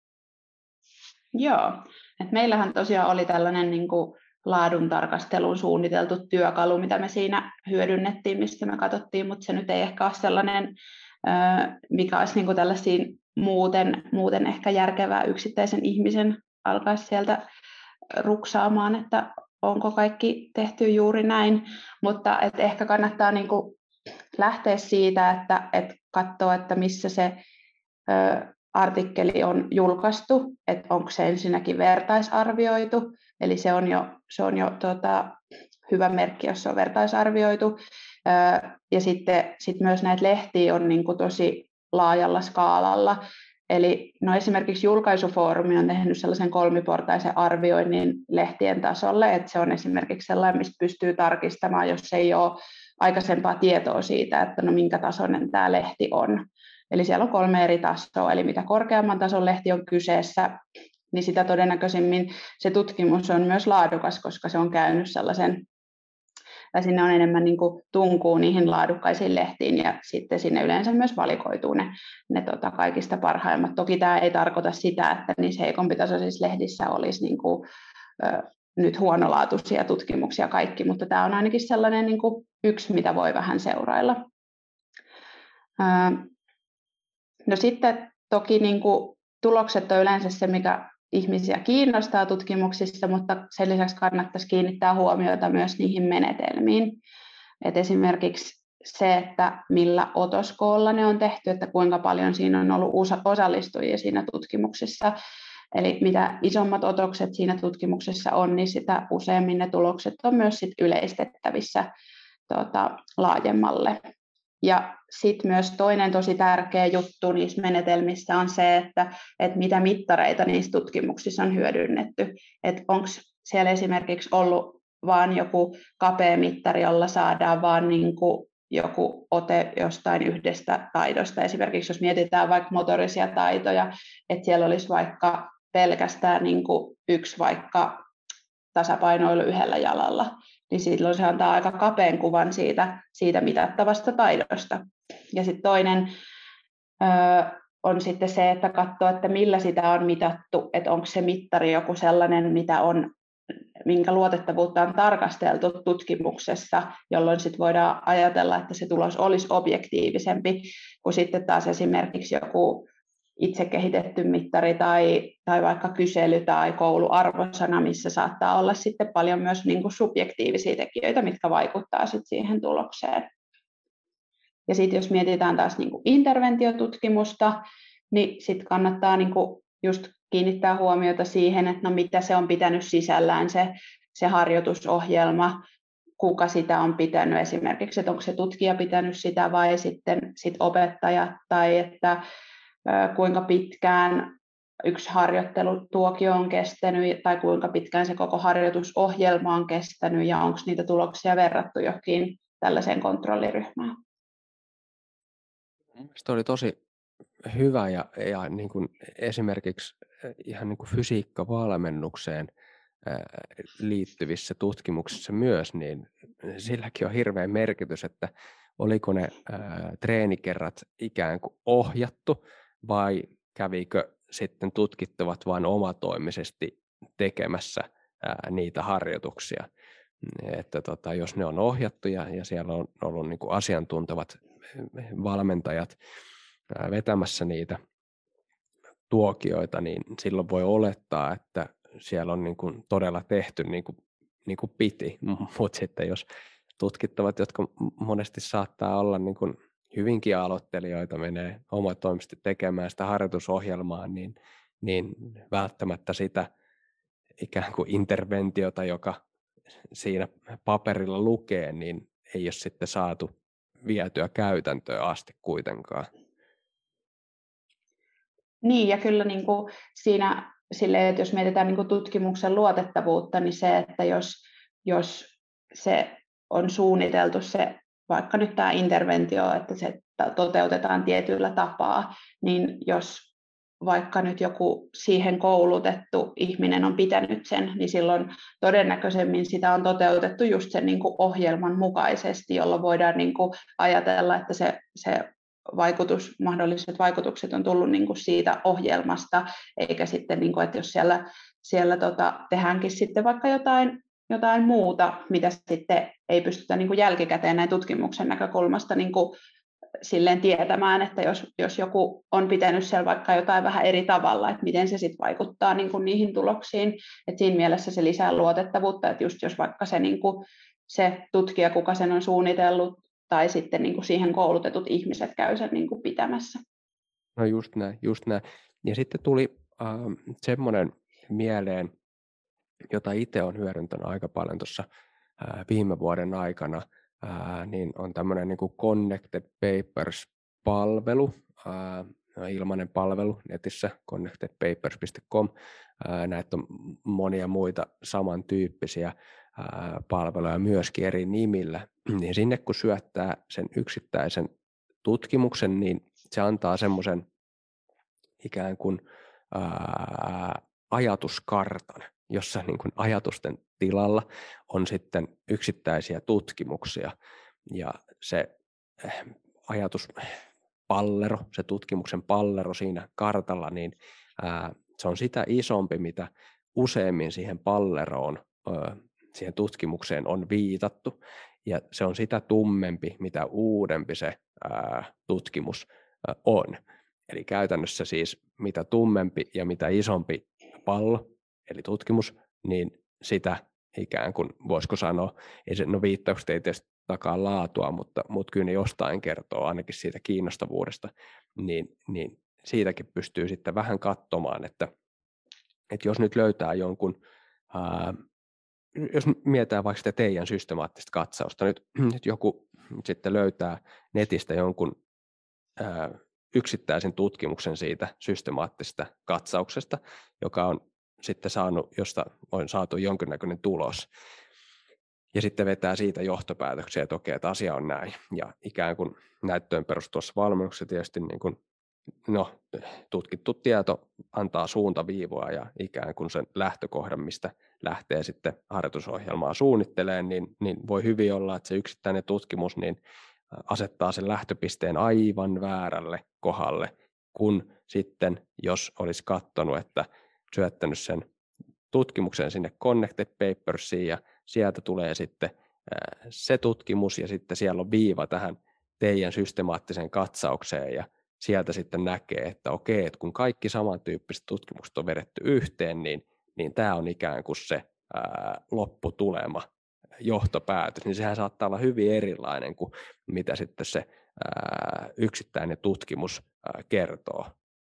Joo, että meillähän tosiaan oli tällainen niin kuin laadun tarkasteluun suunniteltu työkalu, mitä me siinä hyödynnettiin, mistä me katsottiin, mutta se nyt ei ehkä ole sellainen, mikä olisi niin kuin tällaisiin muuten ehkä järkevää yksittäisen ihmisen alkaa sieltä ruksaamaan, että onko kaikki tehty juuri näin, mutta ehkä kannattaa niin kuin lähteä siitä, että katsoa, että missä se artikkeli on julkaistu, että onko se ensinnäkin vertaisarvioitu, eli se on jo hyvä merkki, jos se on vertaisarvioitu, ja sitten myös näitä lehtiä on niin kuin tosi laajalla skaalalla, eli no esimerkiksi Julkaisufoorumi on tehnyt sellaisen kolmiportaisen arvioinnin lehtien tasolle, että se on esimerkiksi sellainen, mistä pystyy tarkistamaan, jos ei ole aikaisempaa tietoa siitä, että no minkä tasoinen tämä lehti on. Eli siellä on 3 eri tasoa, eli mitä korkeamman tason lehti on kyseessä, niin sitä todennäköisemmin se tutkimus on myös laadukas, koska se on käynyt sellaisen, tai sinne on enemmän niin kuin tunkuu niihin laadukkaisiin lehtiin, ja sitten sinne yleensä myös valikoituu ne kaikista parhaimmat. Toki tämä ei tarkoita sitä, että niissä heikompitasoisissa lehdissä olisi niin kuin, nyt huonolaatuisia tutkimuksia kaikki, mutta tämä on ainakin sellainen niin kuin yksi, mitä voi vähän seurailla. No sitten toki niin kuin tulokset on yleensä se, mikä ihmisiä kiinnostaa tutkimuksissa, mutta sen lisäksi kannattaisi kiinnittää huomiota myös niihin menetelmiin. Et esimerkiksi se, että millä otoskoolla ne on tehty, että kuinka paljon siinä on ollut osallistujia siinä tutkimuksessa. Eli mitä isommat otokset siinä tutkimuksessa on, niin sitä useammin ne tulokset on myös sit yleistettävissä laajemmalle. Ja sitten myös toinen tosi tärkeä juttu niissä menetelmissä on se, että mitä mittareita niissä tutkimuksissa on hyödynnetty. Että onko siellä esimerkiksi ollut vain joku kapea mittari, jolla saadaan vain niin kuin joku ote jostain yhdestä taidosta. Esimerkiksi jos mietitään vaikka motorisia taitoja, että siellä olisi vaikka pelkästään niin kuin yksi vaikka tasapainoilu yhdellä jalalla, niin silloin se antaa aika kapean kuvan siitä mitattavasta taidosta. Ja sitten toinen on sitten se, että katsoo, että millä sitä on mitattu, että onko se mittari joku sellainen, minkä luotettavuutta on tarkasteltu tutkimuksessa, jolloin sitten voidaan ajatella, että se tulos olisi objektiivisempi kuin sitten taas esimerkiksi joku itse kehitetty mittari tai vaikka kysely tai kouluarvosana, missä saattaa olla sitten paljon myös niin kuin subjektiivisia tekijöitä, mitkä vaikuttaa sitten siihen tulokseen. Ja sitten jos mietitään taas niin kuin interventiotutkimusta, niin sitten kannattaa niin kuin just kiinnittää huomiota siihen, että no mitä se on pitänyt sisällään se harjoitusohjelma, kuka sitä on pitänyt esimerkiksi, että onko se tutkija pitänyt sitä vai sitten opettajat tai että kuinka pitkään yksi harjoittelutuokio on kestänyt tai kuinka pitkään se koko harjoitusohjelma on kestänyt ja onko niitä tuloksia verrattu johonkin tällaiseen kontrolliryhmään. Mielestäni oli tosi hyvä ja niin kuin esimerkiksi ihan niin kuin fysiikkavalmennukseen liittyvissä tutkimuksissa myös, niin silläkin on hirveä merkitys, että oliko ne treenikerrat ikään kuin ohjattu vai kävikö sitten tutkittavat vain omatoimisesti tekemässä niitä harjoituksia. Että jos ne on ohjattu ja siellä on ollut niin kuin asiantuntevat valmentajat vetämässä niitä tuokioita, niin silloin voi olettaa, että siellä on niin kuin todella tehty niin kuin piti, mutta sitten jos tutkittavat, jotka monesti saattaa olla niin kuin hyvinkin aloittelijoita, menee omatoimisesti tekemään sitä harjoitusohjelmaa, niin välttämättä sitä ikään kuin interventiota, joka siinä paperilla lukee, niin ei ole sitten saatu vietyä käytäntöön asti kuitenkaan. Niin, ja kyllä niin kuin siinä silleen, että jos mietitään niin kuin tutkimuksen luotettavuutta, niin se, että jos se on suunniteltu se, vaikka nyt tämä interventio, että se toteutetaan tietyllä tapaa, niin jos vaikka nyt joku siihen koulutettu ihminen on pitänyt sen, niin silloin todennäköisemmin sitä on toteutettu just sen niin kuin ohjelman mukaisesti, jolloin voidaan niin kuin ajatella, että se mahdolliset vaikutukset on tullut niin kuin siitä ohjelmasta, eikä sitten, niin kuin, että jos siellä tehdäänkin sitten vaikka jotain muuta, mitä sitten ei pystytä niin kuin jälkikäteen näin tutkimuksen näkökulmasta niin kuin silleen tietämään, että jos joku on pitänyt siellä vaikka jotain vähän eri tavalla, että miten se sitten vaikuttaa niin kuin niihin tuloksiin. Et siinä mielessä se lisää luotettavuutta, että just jos vaikka se, niin kuin, se tutkija, kuka sen on suunnitellut, tai sitten niin kuin siihen koulutetut ihmiset käy sen niin kuin pitämässä. No just näin, just näin. Ja sitten tuli semmoinen mieleen, jota itse olen hyödyntänyt aika paljon tuossa viime vuoden aikana, niin on tämmöinen niin kuin Connected Papers-palvelu, ilmainen palvelu netissä, connectedpapers.com. Näitä on monia muita samantyyppisiä palveluja myöskin eri nimillä. Niin sinne kun syöttää sen yksittäisen tutkimuksen, niin se antaa semmoisen ikään kuin ajatuskartan, jossa niin kuin ajatusten tilalla on sitten yksittäisiä tutkimuksia, ja se ajatuspallero, se tutkimuksen pallero siinä kartalla, niin se on sitä isompi, mitä useammin siihen palleroon, siihen tutkimukseen on viitattu, ja se on sitä tummempi, mitä uudempi se tutkimus on. Eli käytännössä siis mitä tummempi ja mitä isompi pallo, eli tutkimus, niin sitä ikään kuin, voisiko sanoa, viittaukset ei tietysti takaa laatua, mutta kyllä ne jostain kertoo ainakin siitä kiinnostavuudesta, niin siitäkin pystyy sitten vähän katsomaan, että jos nyt löytää jonkun, jos mietitään vaikka sitä teidän systemaattista katsausta, nyt joku sitten löytää netistä jonkun yksittäisen tutkimuksen siitä systemaattisesta katsauksesta, joka on sitten josta on saatu jonkinnäköinen tulos. Ja sitten vetää siitä johtopäätöksiä, että okei, että asia on näin. Ja ikään kuin näyttöön perustuvassa valmennuksessa tietysti niin kuin, tutkittu tieto antaa suuntaviivoa ja ikään kuin sen lähtökohdan, mistä lähtee sitten harjoitusohjelmaa suunnittelemaan, niin voi hyvin olla, että se yksittäinen tutkimus niin asettaa sen lähtöpisteen aivan väärälle kohdalle, kun sitten jos olisi katsonut, että syöttänyt sen tutkimuksen sinne Connected Papersiin ja sieltä tulee sitten se tutkimus ja sitten siellä on viiva tähän teidän systemaattiseen katsaukseen ja sieltä sitten näkee, että okei, että kun kaikki samantyyppiset tutkimukset on vedetty yhteen, niin tämä on ikään kuin se lopputulema, johtopäätös, niin sehän saattaa olla hyvin erilainen kuin mitä sitten se yksittäinen tutkimus kertoo.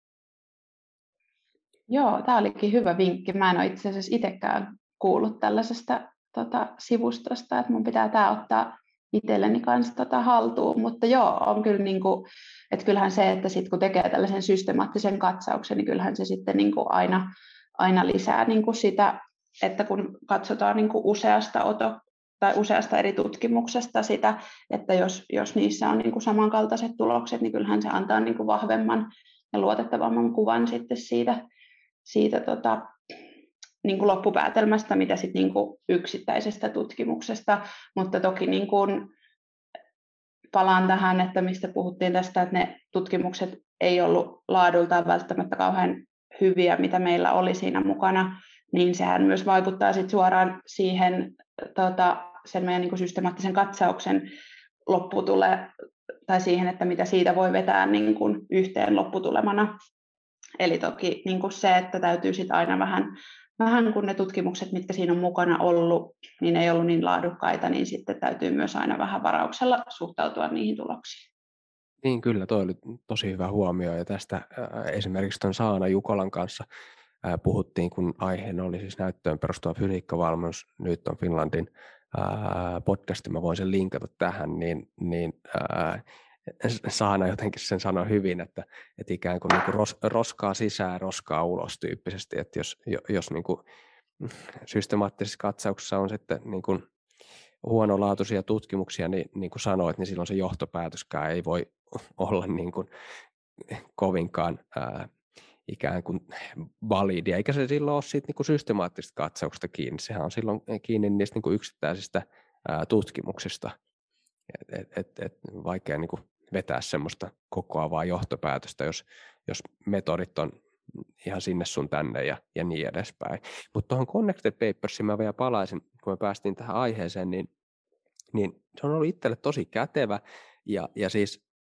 Joo, tämä olikin hyvä vinkki. Mä en ole itse asiassa itsekään kuullut tällaisesta sivustosta, että mun pitää tämä ottaa itselleni kanssa haltuun, mutta joo, on kyllä että kyllähän se, että sit kun tekee tällaisen systemaattisen katsauksen, niin kyllähän se sitten aina lisää sitä, että kun katsotaan useasta eri tutkimuksesta sitä, että jos niissä on samankaltaiset tulokset, niin kyllähän se antaa vahvemman ja luotettavamman kuvan sitten siitä loppupäätelmästä, mitä sitten yksittäisestä tutkimuksesta, mutta toki palaan tähän, että mistä puhuttiin tästä, että ne tutkimukset ei ollut laadultaan välttämättä kauhean hyviä, mitä meillä oli siinä mukana, niin sehän myös vaikuttaa sit suoraan siihen sen meidän systemaattisen katsauksen tai siihen, että mitä siitä voi vetää yhteen lopputulemana. Eli toki se, että täytyy sitten aina vähän kun ne tutkimukset, mitkä siinä on mukana ollut, niin ei ollut niin laadukkaita, niin sitten täytyy myös aina vähän varauksella suhtautua niihin tuloksiin. Niin kyllä, toi oli tosi hyvä huomio ja tästä esimerkiksi tuon Saana Jukolan kanssa puhuttiin, kun aiheena oli siis näyttöön perustuva fysiikkavalmennus Newton Finlandin podcasti, mä voin sen linkata tähän, niin Saana jotenkin sen sanoi hyvin, että ikään kuin, roskaa sisään, roskaa ulos tyyppisesti, että jos niin kuin systemaattisessa katsauksessa on sitten niin kuin huonolaatuisia tutkimuksia, niin kuin sanoit, niin silloin se johtopäätöskään ei voi olla niin kuin kovinkaan ikään kuin validia, eikä se silloin ole siitä niin kuin systemaattisesta katsauksesta kiinni, sehän on silloin kiinni niistä niin kuin yksittäisistä tutkimuksista, et vaikea niin kuin vetää semmoista kokoavaa johtopäätöstä, jos metodit on ihan sinne sun tänne ja niin edespäin. Mutta tuohon Connected Papersiin mä vielä palaisin, kun me päästiin tähän aiheeseen, niin se on ollut itselle tosi kätevä, ja siis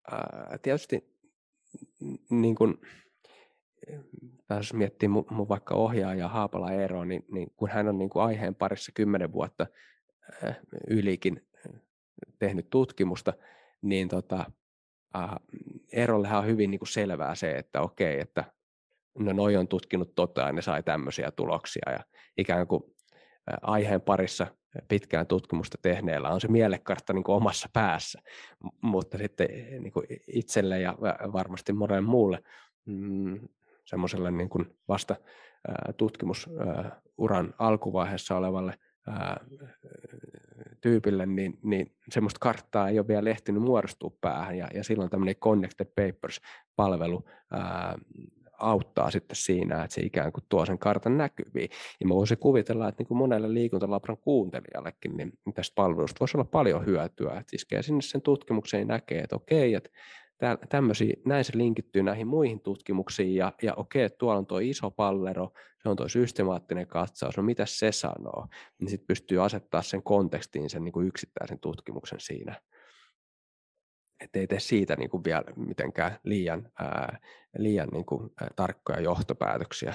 tietysti niin kun, jos miettii mun vaikka ohjaaja Haapala Eeroa, niin kun hän on niin kuin aiheen parissa 10 vuotta ylikin tehnyt tutkimusta, niin Eerollehan on hyvin niin kuin selvää se, että okei, että no noi on tutkinut ja ne sai tämmöisiä tuloksia ja ikään kuin aiheen parissa pitkään tutkimusta tehneellä on se mielekartta niin kuin omassa päässä, mutta sitten niin kuin itselle ja varmasti monelle muulle semmoiselle niin kuin vasta tutkimusuran alkuvaiheessa olevalle tyypille, niin semmoista karttaa ei ole vielä ehtinyt muodostua päähän, ja silloin tämmöinen Connected Papers-palvelu auttaa sitten siinä, että se ikään kuin tuo sen kartan näkyviin. Ja mä voisin kuvitella, että niin kuin monelle liikuntalabran kuuntelijallekin, niin tästä palvelusta voisi olla paljon hyötyä, että iskee sinne sen tutkimukseen ja näkee, että okei, että tämmöisiä, näin se linkittyy näihin muihin tutkimuksiin, ja okei, että tuolla on tuo iso pallero, se on tuo systemaattinen katsaus, no mitä se sanoo, niin sitten pystyy asettaa sen kontekstiin sen niin kuin yksittäisen tutkimuksen siinä. Että ei tee siitä niin kuin vielä mitenkään liian niin kuin tarkkoja johtopäätöksiä.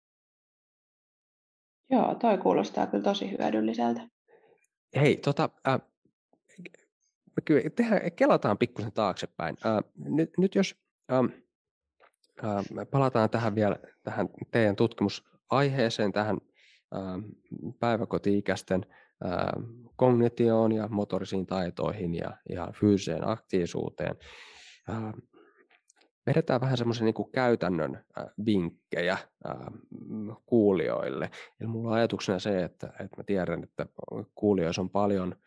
Joo, toi kuulostaa kyllä tosi hyödylliseltä. Hei, kelataan pikkusen taaksepäin. Nyt jos palataan tähän vielä tähän teidän tutkimusaiheeseen, tähän päiväkoti-ikäisten kognitioon ja motorisiin taitoihin ja fyysiseen aktiivisuuteen. Vedetään vähän semmoisen niin kuin käytännön vinkkejä kuulijoille. Eli mulla on ajatuksena se, että mä tiedän, että kuulijoissa on paljon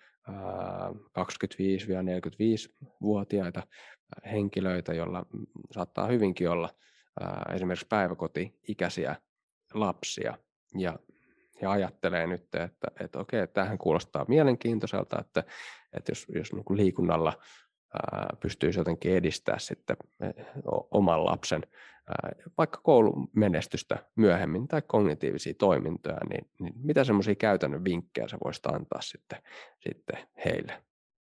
25-45-vuotiaita henkilöitä, joilla saattaa hyvinkin olla esimerkiksi päiväkoti-ikäisiä lapsia. Ja ajattelee nyt, että okei, tämähän kuulostaa mielenkiintoiselta, että jos niin kuin liikunnalla pystyisi jotenkin edistämään sitten oman lapsen vaikka koulumenestystä myöhemmin tai kognitiivisia toimintoja, niin mitä semmoisia käytännön vinkkejä sä voisit antaa sitten heille?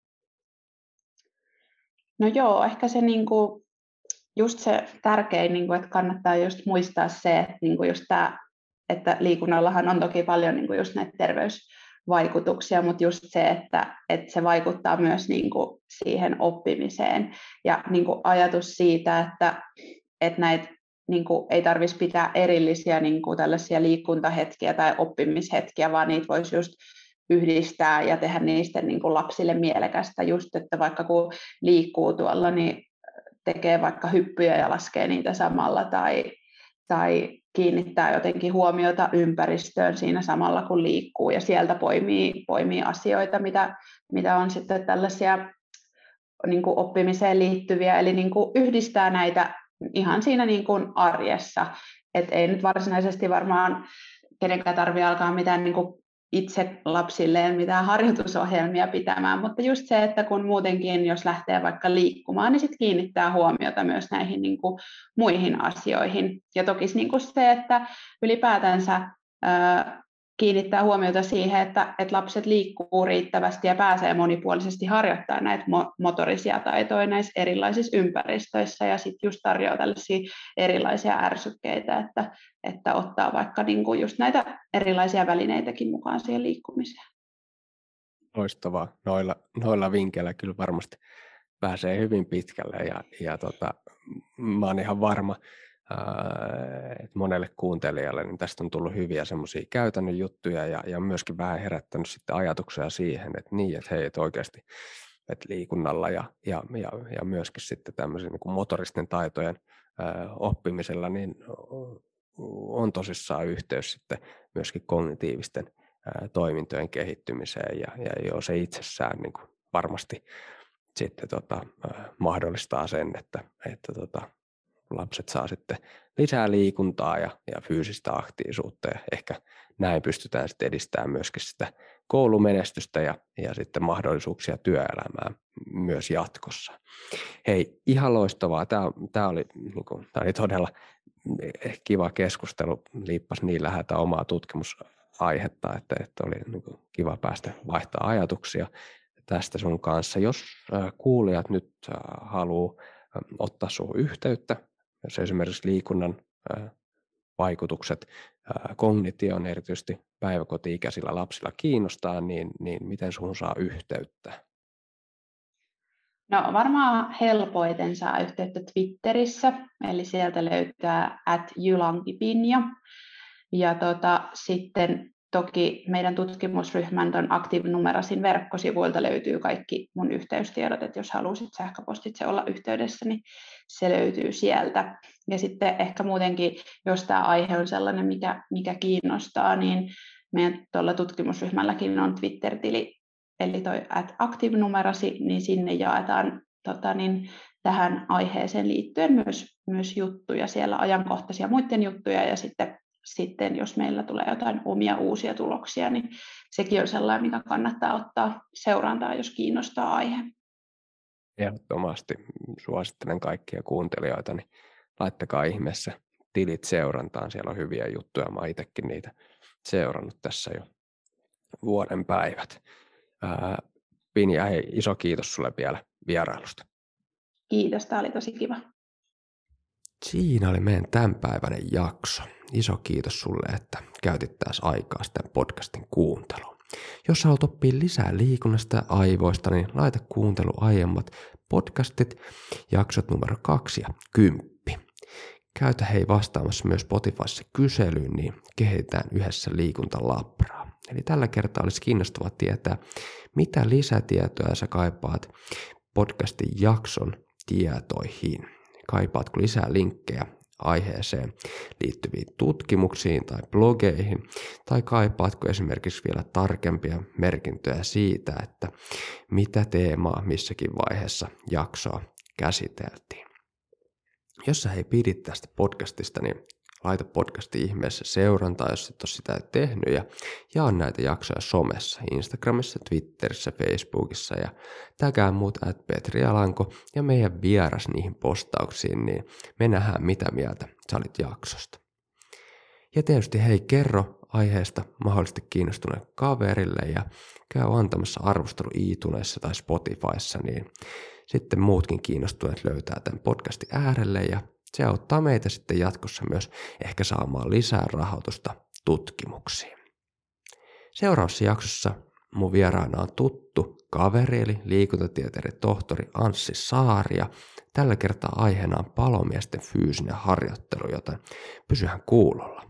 No joo, ehkä se niinku, just se tärkein, niinku, että kannattaa just muistaa se, että niinku just että liikunnallahan on toki paljon niinku just näitä terveysvaikutuksia, mutta just se, että se vaikuttaa myös niinku siihen oppimiseen. Ja niinku ajatus siitä, että näitä niinku ei tarvitsisi pitää erillisiä niinku tällaisia liikuntahetkiä tai oppimishetkiä, vaan niitä voisi just yhdistää ja tehdä niistä niinku lapsille mielekästä. Just, että vaikka kun liikkuu tuolla, niin tekee vaikka hyppyjä ja laskee niitä samalla tai kiinnittää jotenkin huomiota ympäristöön siinä samalla kun liikkuu ja sieltä poimii asioita, mitä on sitten tällaisia niin kuin oppimiseen liittyviä, eli niin kuin yhdistää näitä ihan siinä niin kuin arjessa, että ei nyt varsinaisesti varmaan kenenkään tarvitse alkaa mitään niin kuin itse lapsilleen mitään harjoitusohjelmia pitämään, mutta just se, että kun muutenkin, jos lähtee vaikka liikkumaan, niin sitten kiinnittää huomiota myös näihin niin kuin muihin asioihin. Ja toki niin kuin se, että ylipäätänsä kiinnittää huomiota siihen, että lapset liikkuu riittävästi ja pääsee monipuolisesti harjoittamaan näitä motorisia taitoja näissä erilaisissa ympäristöissä ja sitten just tarjoaa tällaisia erilaisia ärsykkeitä, että ottaa vaikka niinku just näitä erilaisia välineitäkin mukaan siihen liikkumiseen. Loistavaa. Noilla vinkkeillä kyllä varmasti pääsee hyvin pitkälle ja mä oon ihan varma, että monelle kuuntelijalle niin tästä on tullut hyviä semmoisia käytännön juttuja ja myöskin vähän herättänyt sitten ajatuksia siihen, että hei, että oikeasti että liikunnalla ja myöskin sitten tämmöisen niin kuin motoristen taitojen oppimisella niin on tosissaan yhteys sitten myöskin kognitiivisten toimintojen kehittymiseen ja jo se itsessään niin kuin varmasti sitten mahdollistaa sen, että lapset saa sitten lisää liikuntaa ja fyysistä aktiivisuutta ja ehkä näin pystytään sitten edistämään myöskin sitä koulumenestystä ja sitten mahdollisuuksia työelämään myös jatkossa. Hei, ihan loistavaa. Tämä oli todella kiva keskustelu, liippasi niin läheltä omaa tutkimusaihetta, että oli kiva päästä vaihtaa ajatuksia. tästä sun kanssa. Jos kuulijat nyt haluaa ottaa suhun yhteyttä, jos esimerkiksi liikunnan vaikutukset kognitioon erityisesti päiväkoti-ikäisillä lapsilla kiinnostaa, niin miten suhun saa yhteyttä? No varmaan helpoiten saa yhteyttä Twitterissä, eli sieltä löytää @julankipinja. Ja sitten toki meidän tutkimusryhmän ton Active-numerasin verkkosivuilta löytyy kaikki mun yhteystiedot, että jos haluaisit sähköpostitse olla yhteydessä, niin se löytyy sieltä. Ja sitten ehkä muutenkin, jos tämä aihe on sellainen, mikä kiinnostaa, niin meidän tuolla tutkimusryhmälläkin on Twitter-tili, eli toi @Active-numerasi, niin sinne jaetaan tähän aiheeseen liittyen myös juttuja, siellä ajankohtaisia muiden juttuja, ja sitten jos meillä tulee jotain omia uusia tuloksia, niin sekin on sellainen, mikä kannattaa ottaa seurantaa, jos kiinnostaa aihe. Ehdottomasti suosittelen kaikkia kuuntelijoita, niin laittakaa ihmeessä tilit seurantaan, siellä on hyviä juttuja, mä oon itsekin niitä seurannut tässä jo vuoden päivät. Pinja, hei, iso kiitos sulle vielä vierailusta. Kiitos, tämä oli tosi kiva. Siinä oli meidän tämänpäiväinen jakso. Iso kiitos sulle, että käytit taas aikaa sitten podcastin kuunteluun. Jos haluat oppia lisää liikunnasta ja aivoista, niin laita kuuntelu aiemmat podcastit, jaksot numero 2 ja 10. Käytä hei vastaamassa myös Spotifyssa kyselyyn, niin kehitetään yhdessä liikuntalabraa. Eli tällä kertaa olisi kiinnostavaa tietää, mitä lisätietoja sä kaipaat podcastin jakson tietoihin. Kaipaatko lisää linkkejä aiheeseen liittyviin tutkimuksiin tai blogeihin, tai kaipaatko esimerkiksi vielä tarkempia merkintöjä siitä, että mitä teemaa missäkin vaiheessa jaksoa käsiteltiin. Jos sä pidit tästä podcastista, niin laita podcastin ihmeessä seurantaa, jos et ole sitä tehnyt, ja jaa näitä jaksoja somessa, Instagramissa, Twitterissä, Facebookissa, ja tägää mut @petrialanko ja meidän vieras niihin postauksiin, niin me nähdään mitä mieltä sä olit jaksosta. Ja tietysti hei, kerro aiheesta mahdollisesti kiinnostuneelle kaverille ja käy antamassa arvostelu iTunesissa tai Spotifyssa, niin sitten muutkin kiinnostuneet löytää tämän podcastin äärelle, ja se auttaa meitä sitten jatkossa myös ehkä saamaan lisää rahoitusta tutkimuksiin. Seuraavassa jaksossa mun vieraana on tuttu kaveri eli liikuntatieteiden tohtori Anssi Saari, ja tällä kertaa aiheena on palomiesten fyysinen harjoittelu, joten pysyhän kuulolla.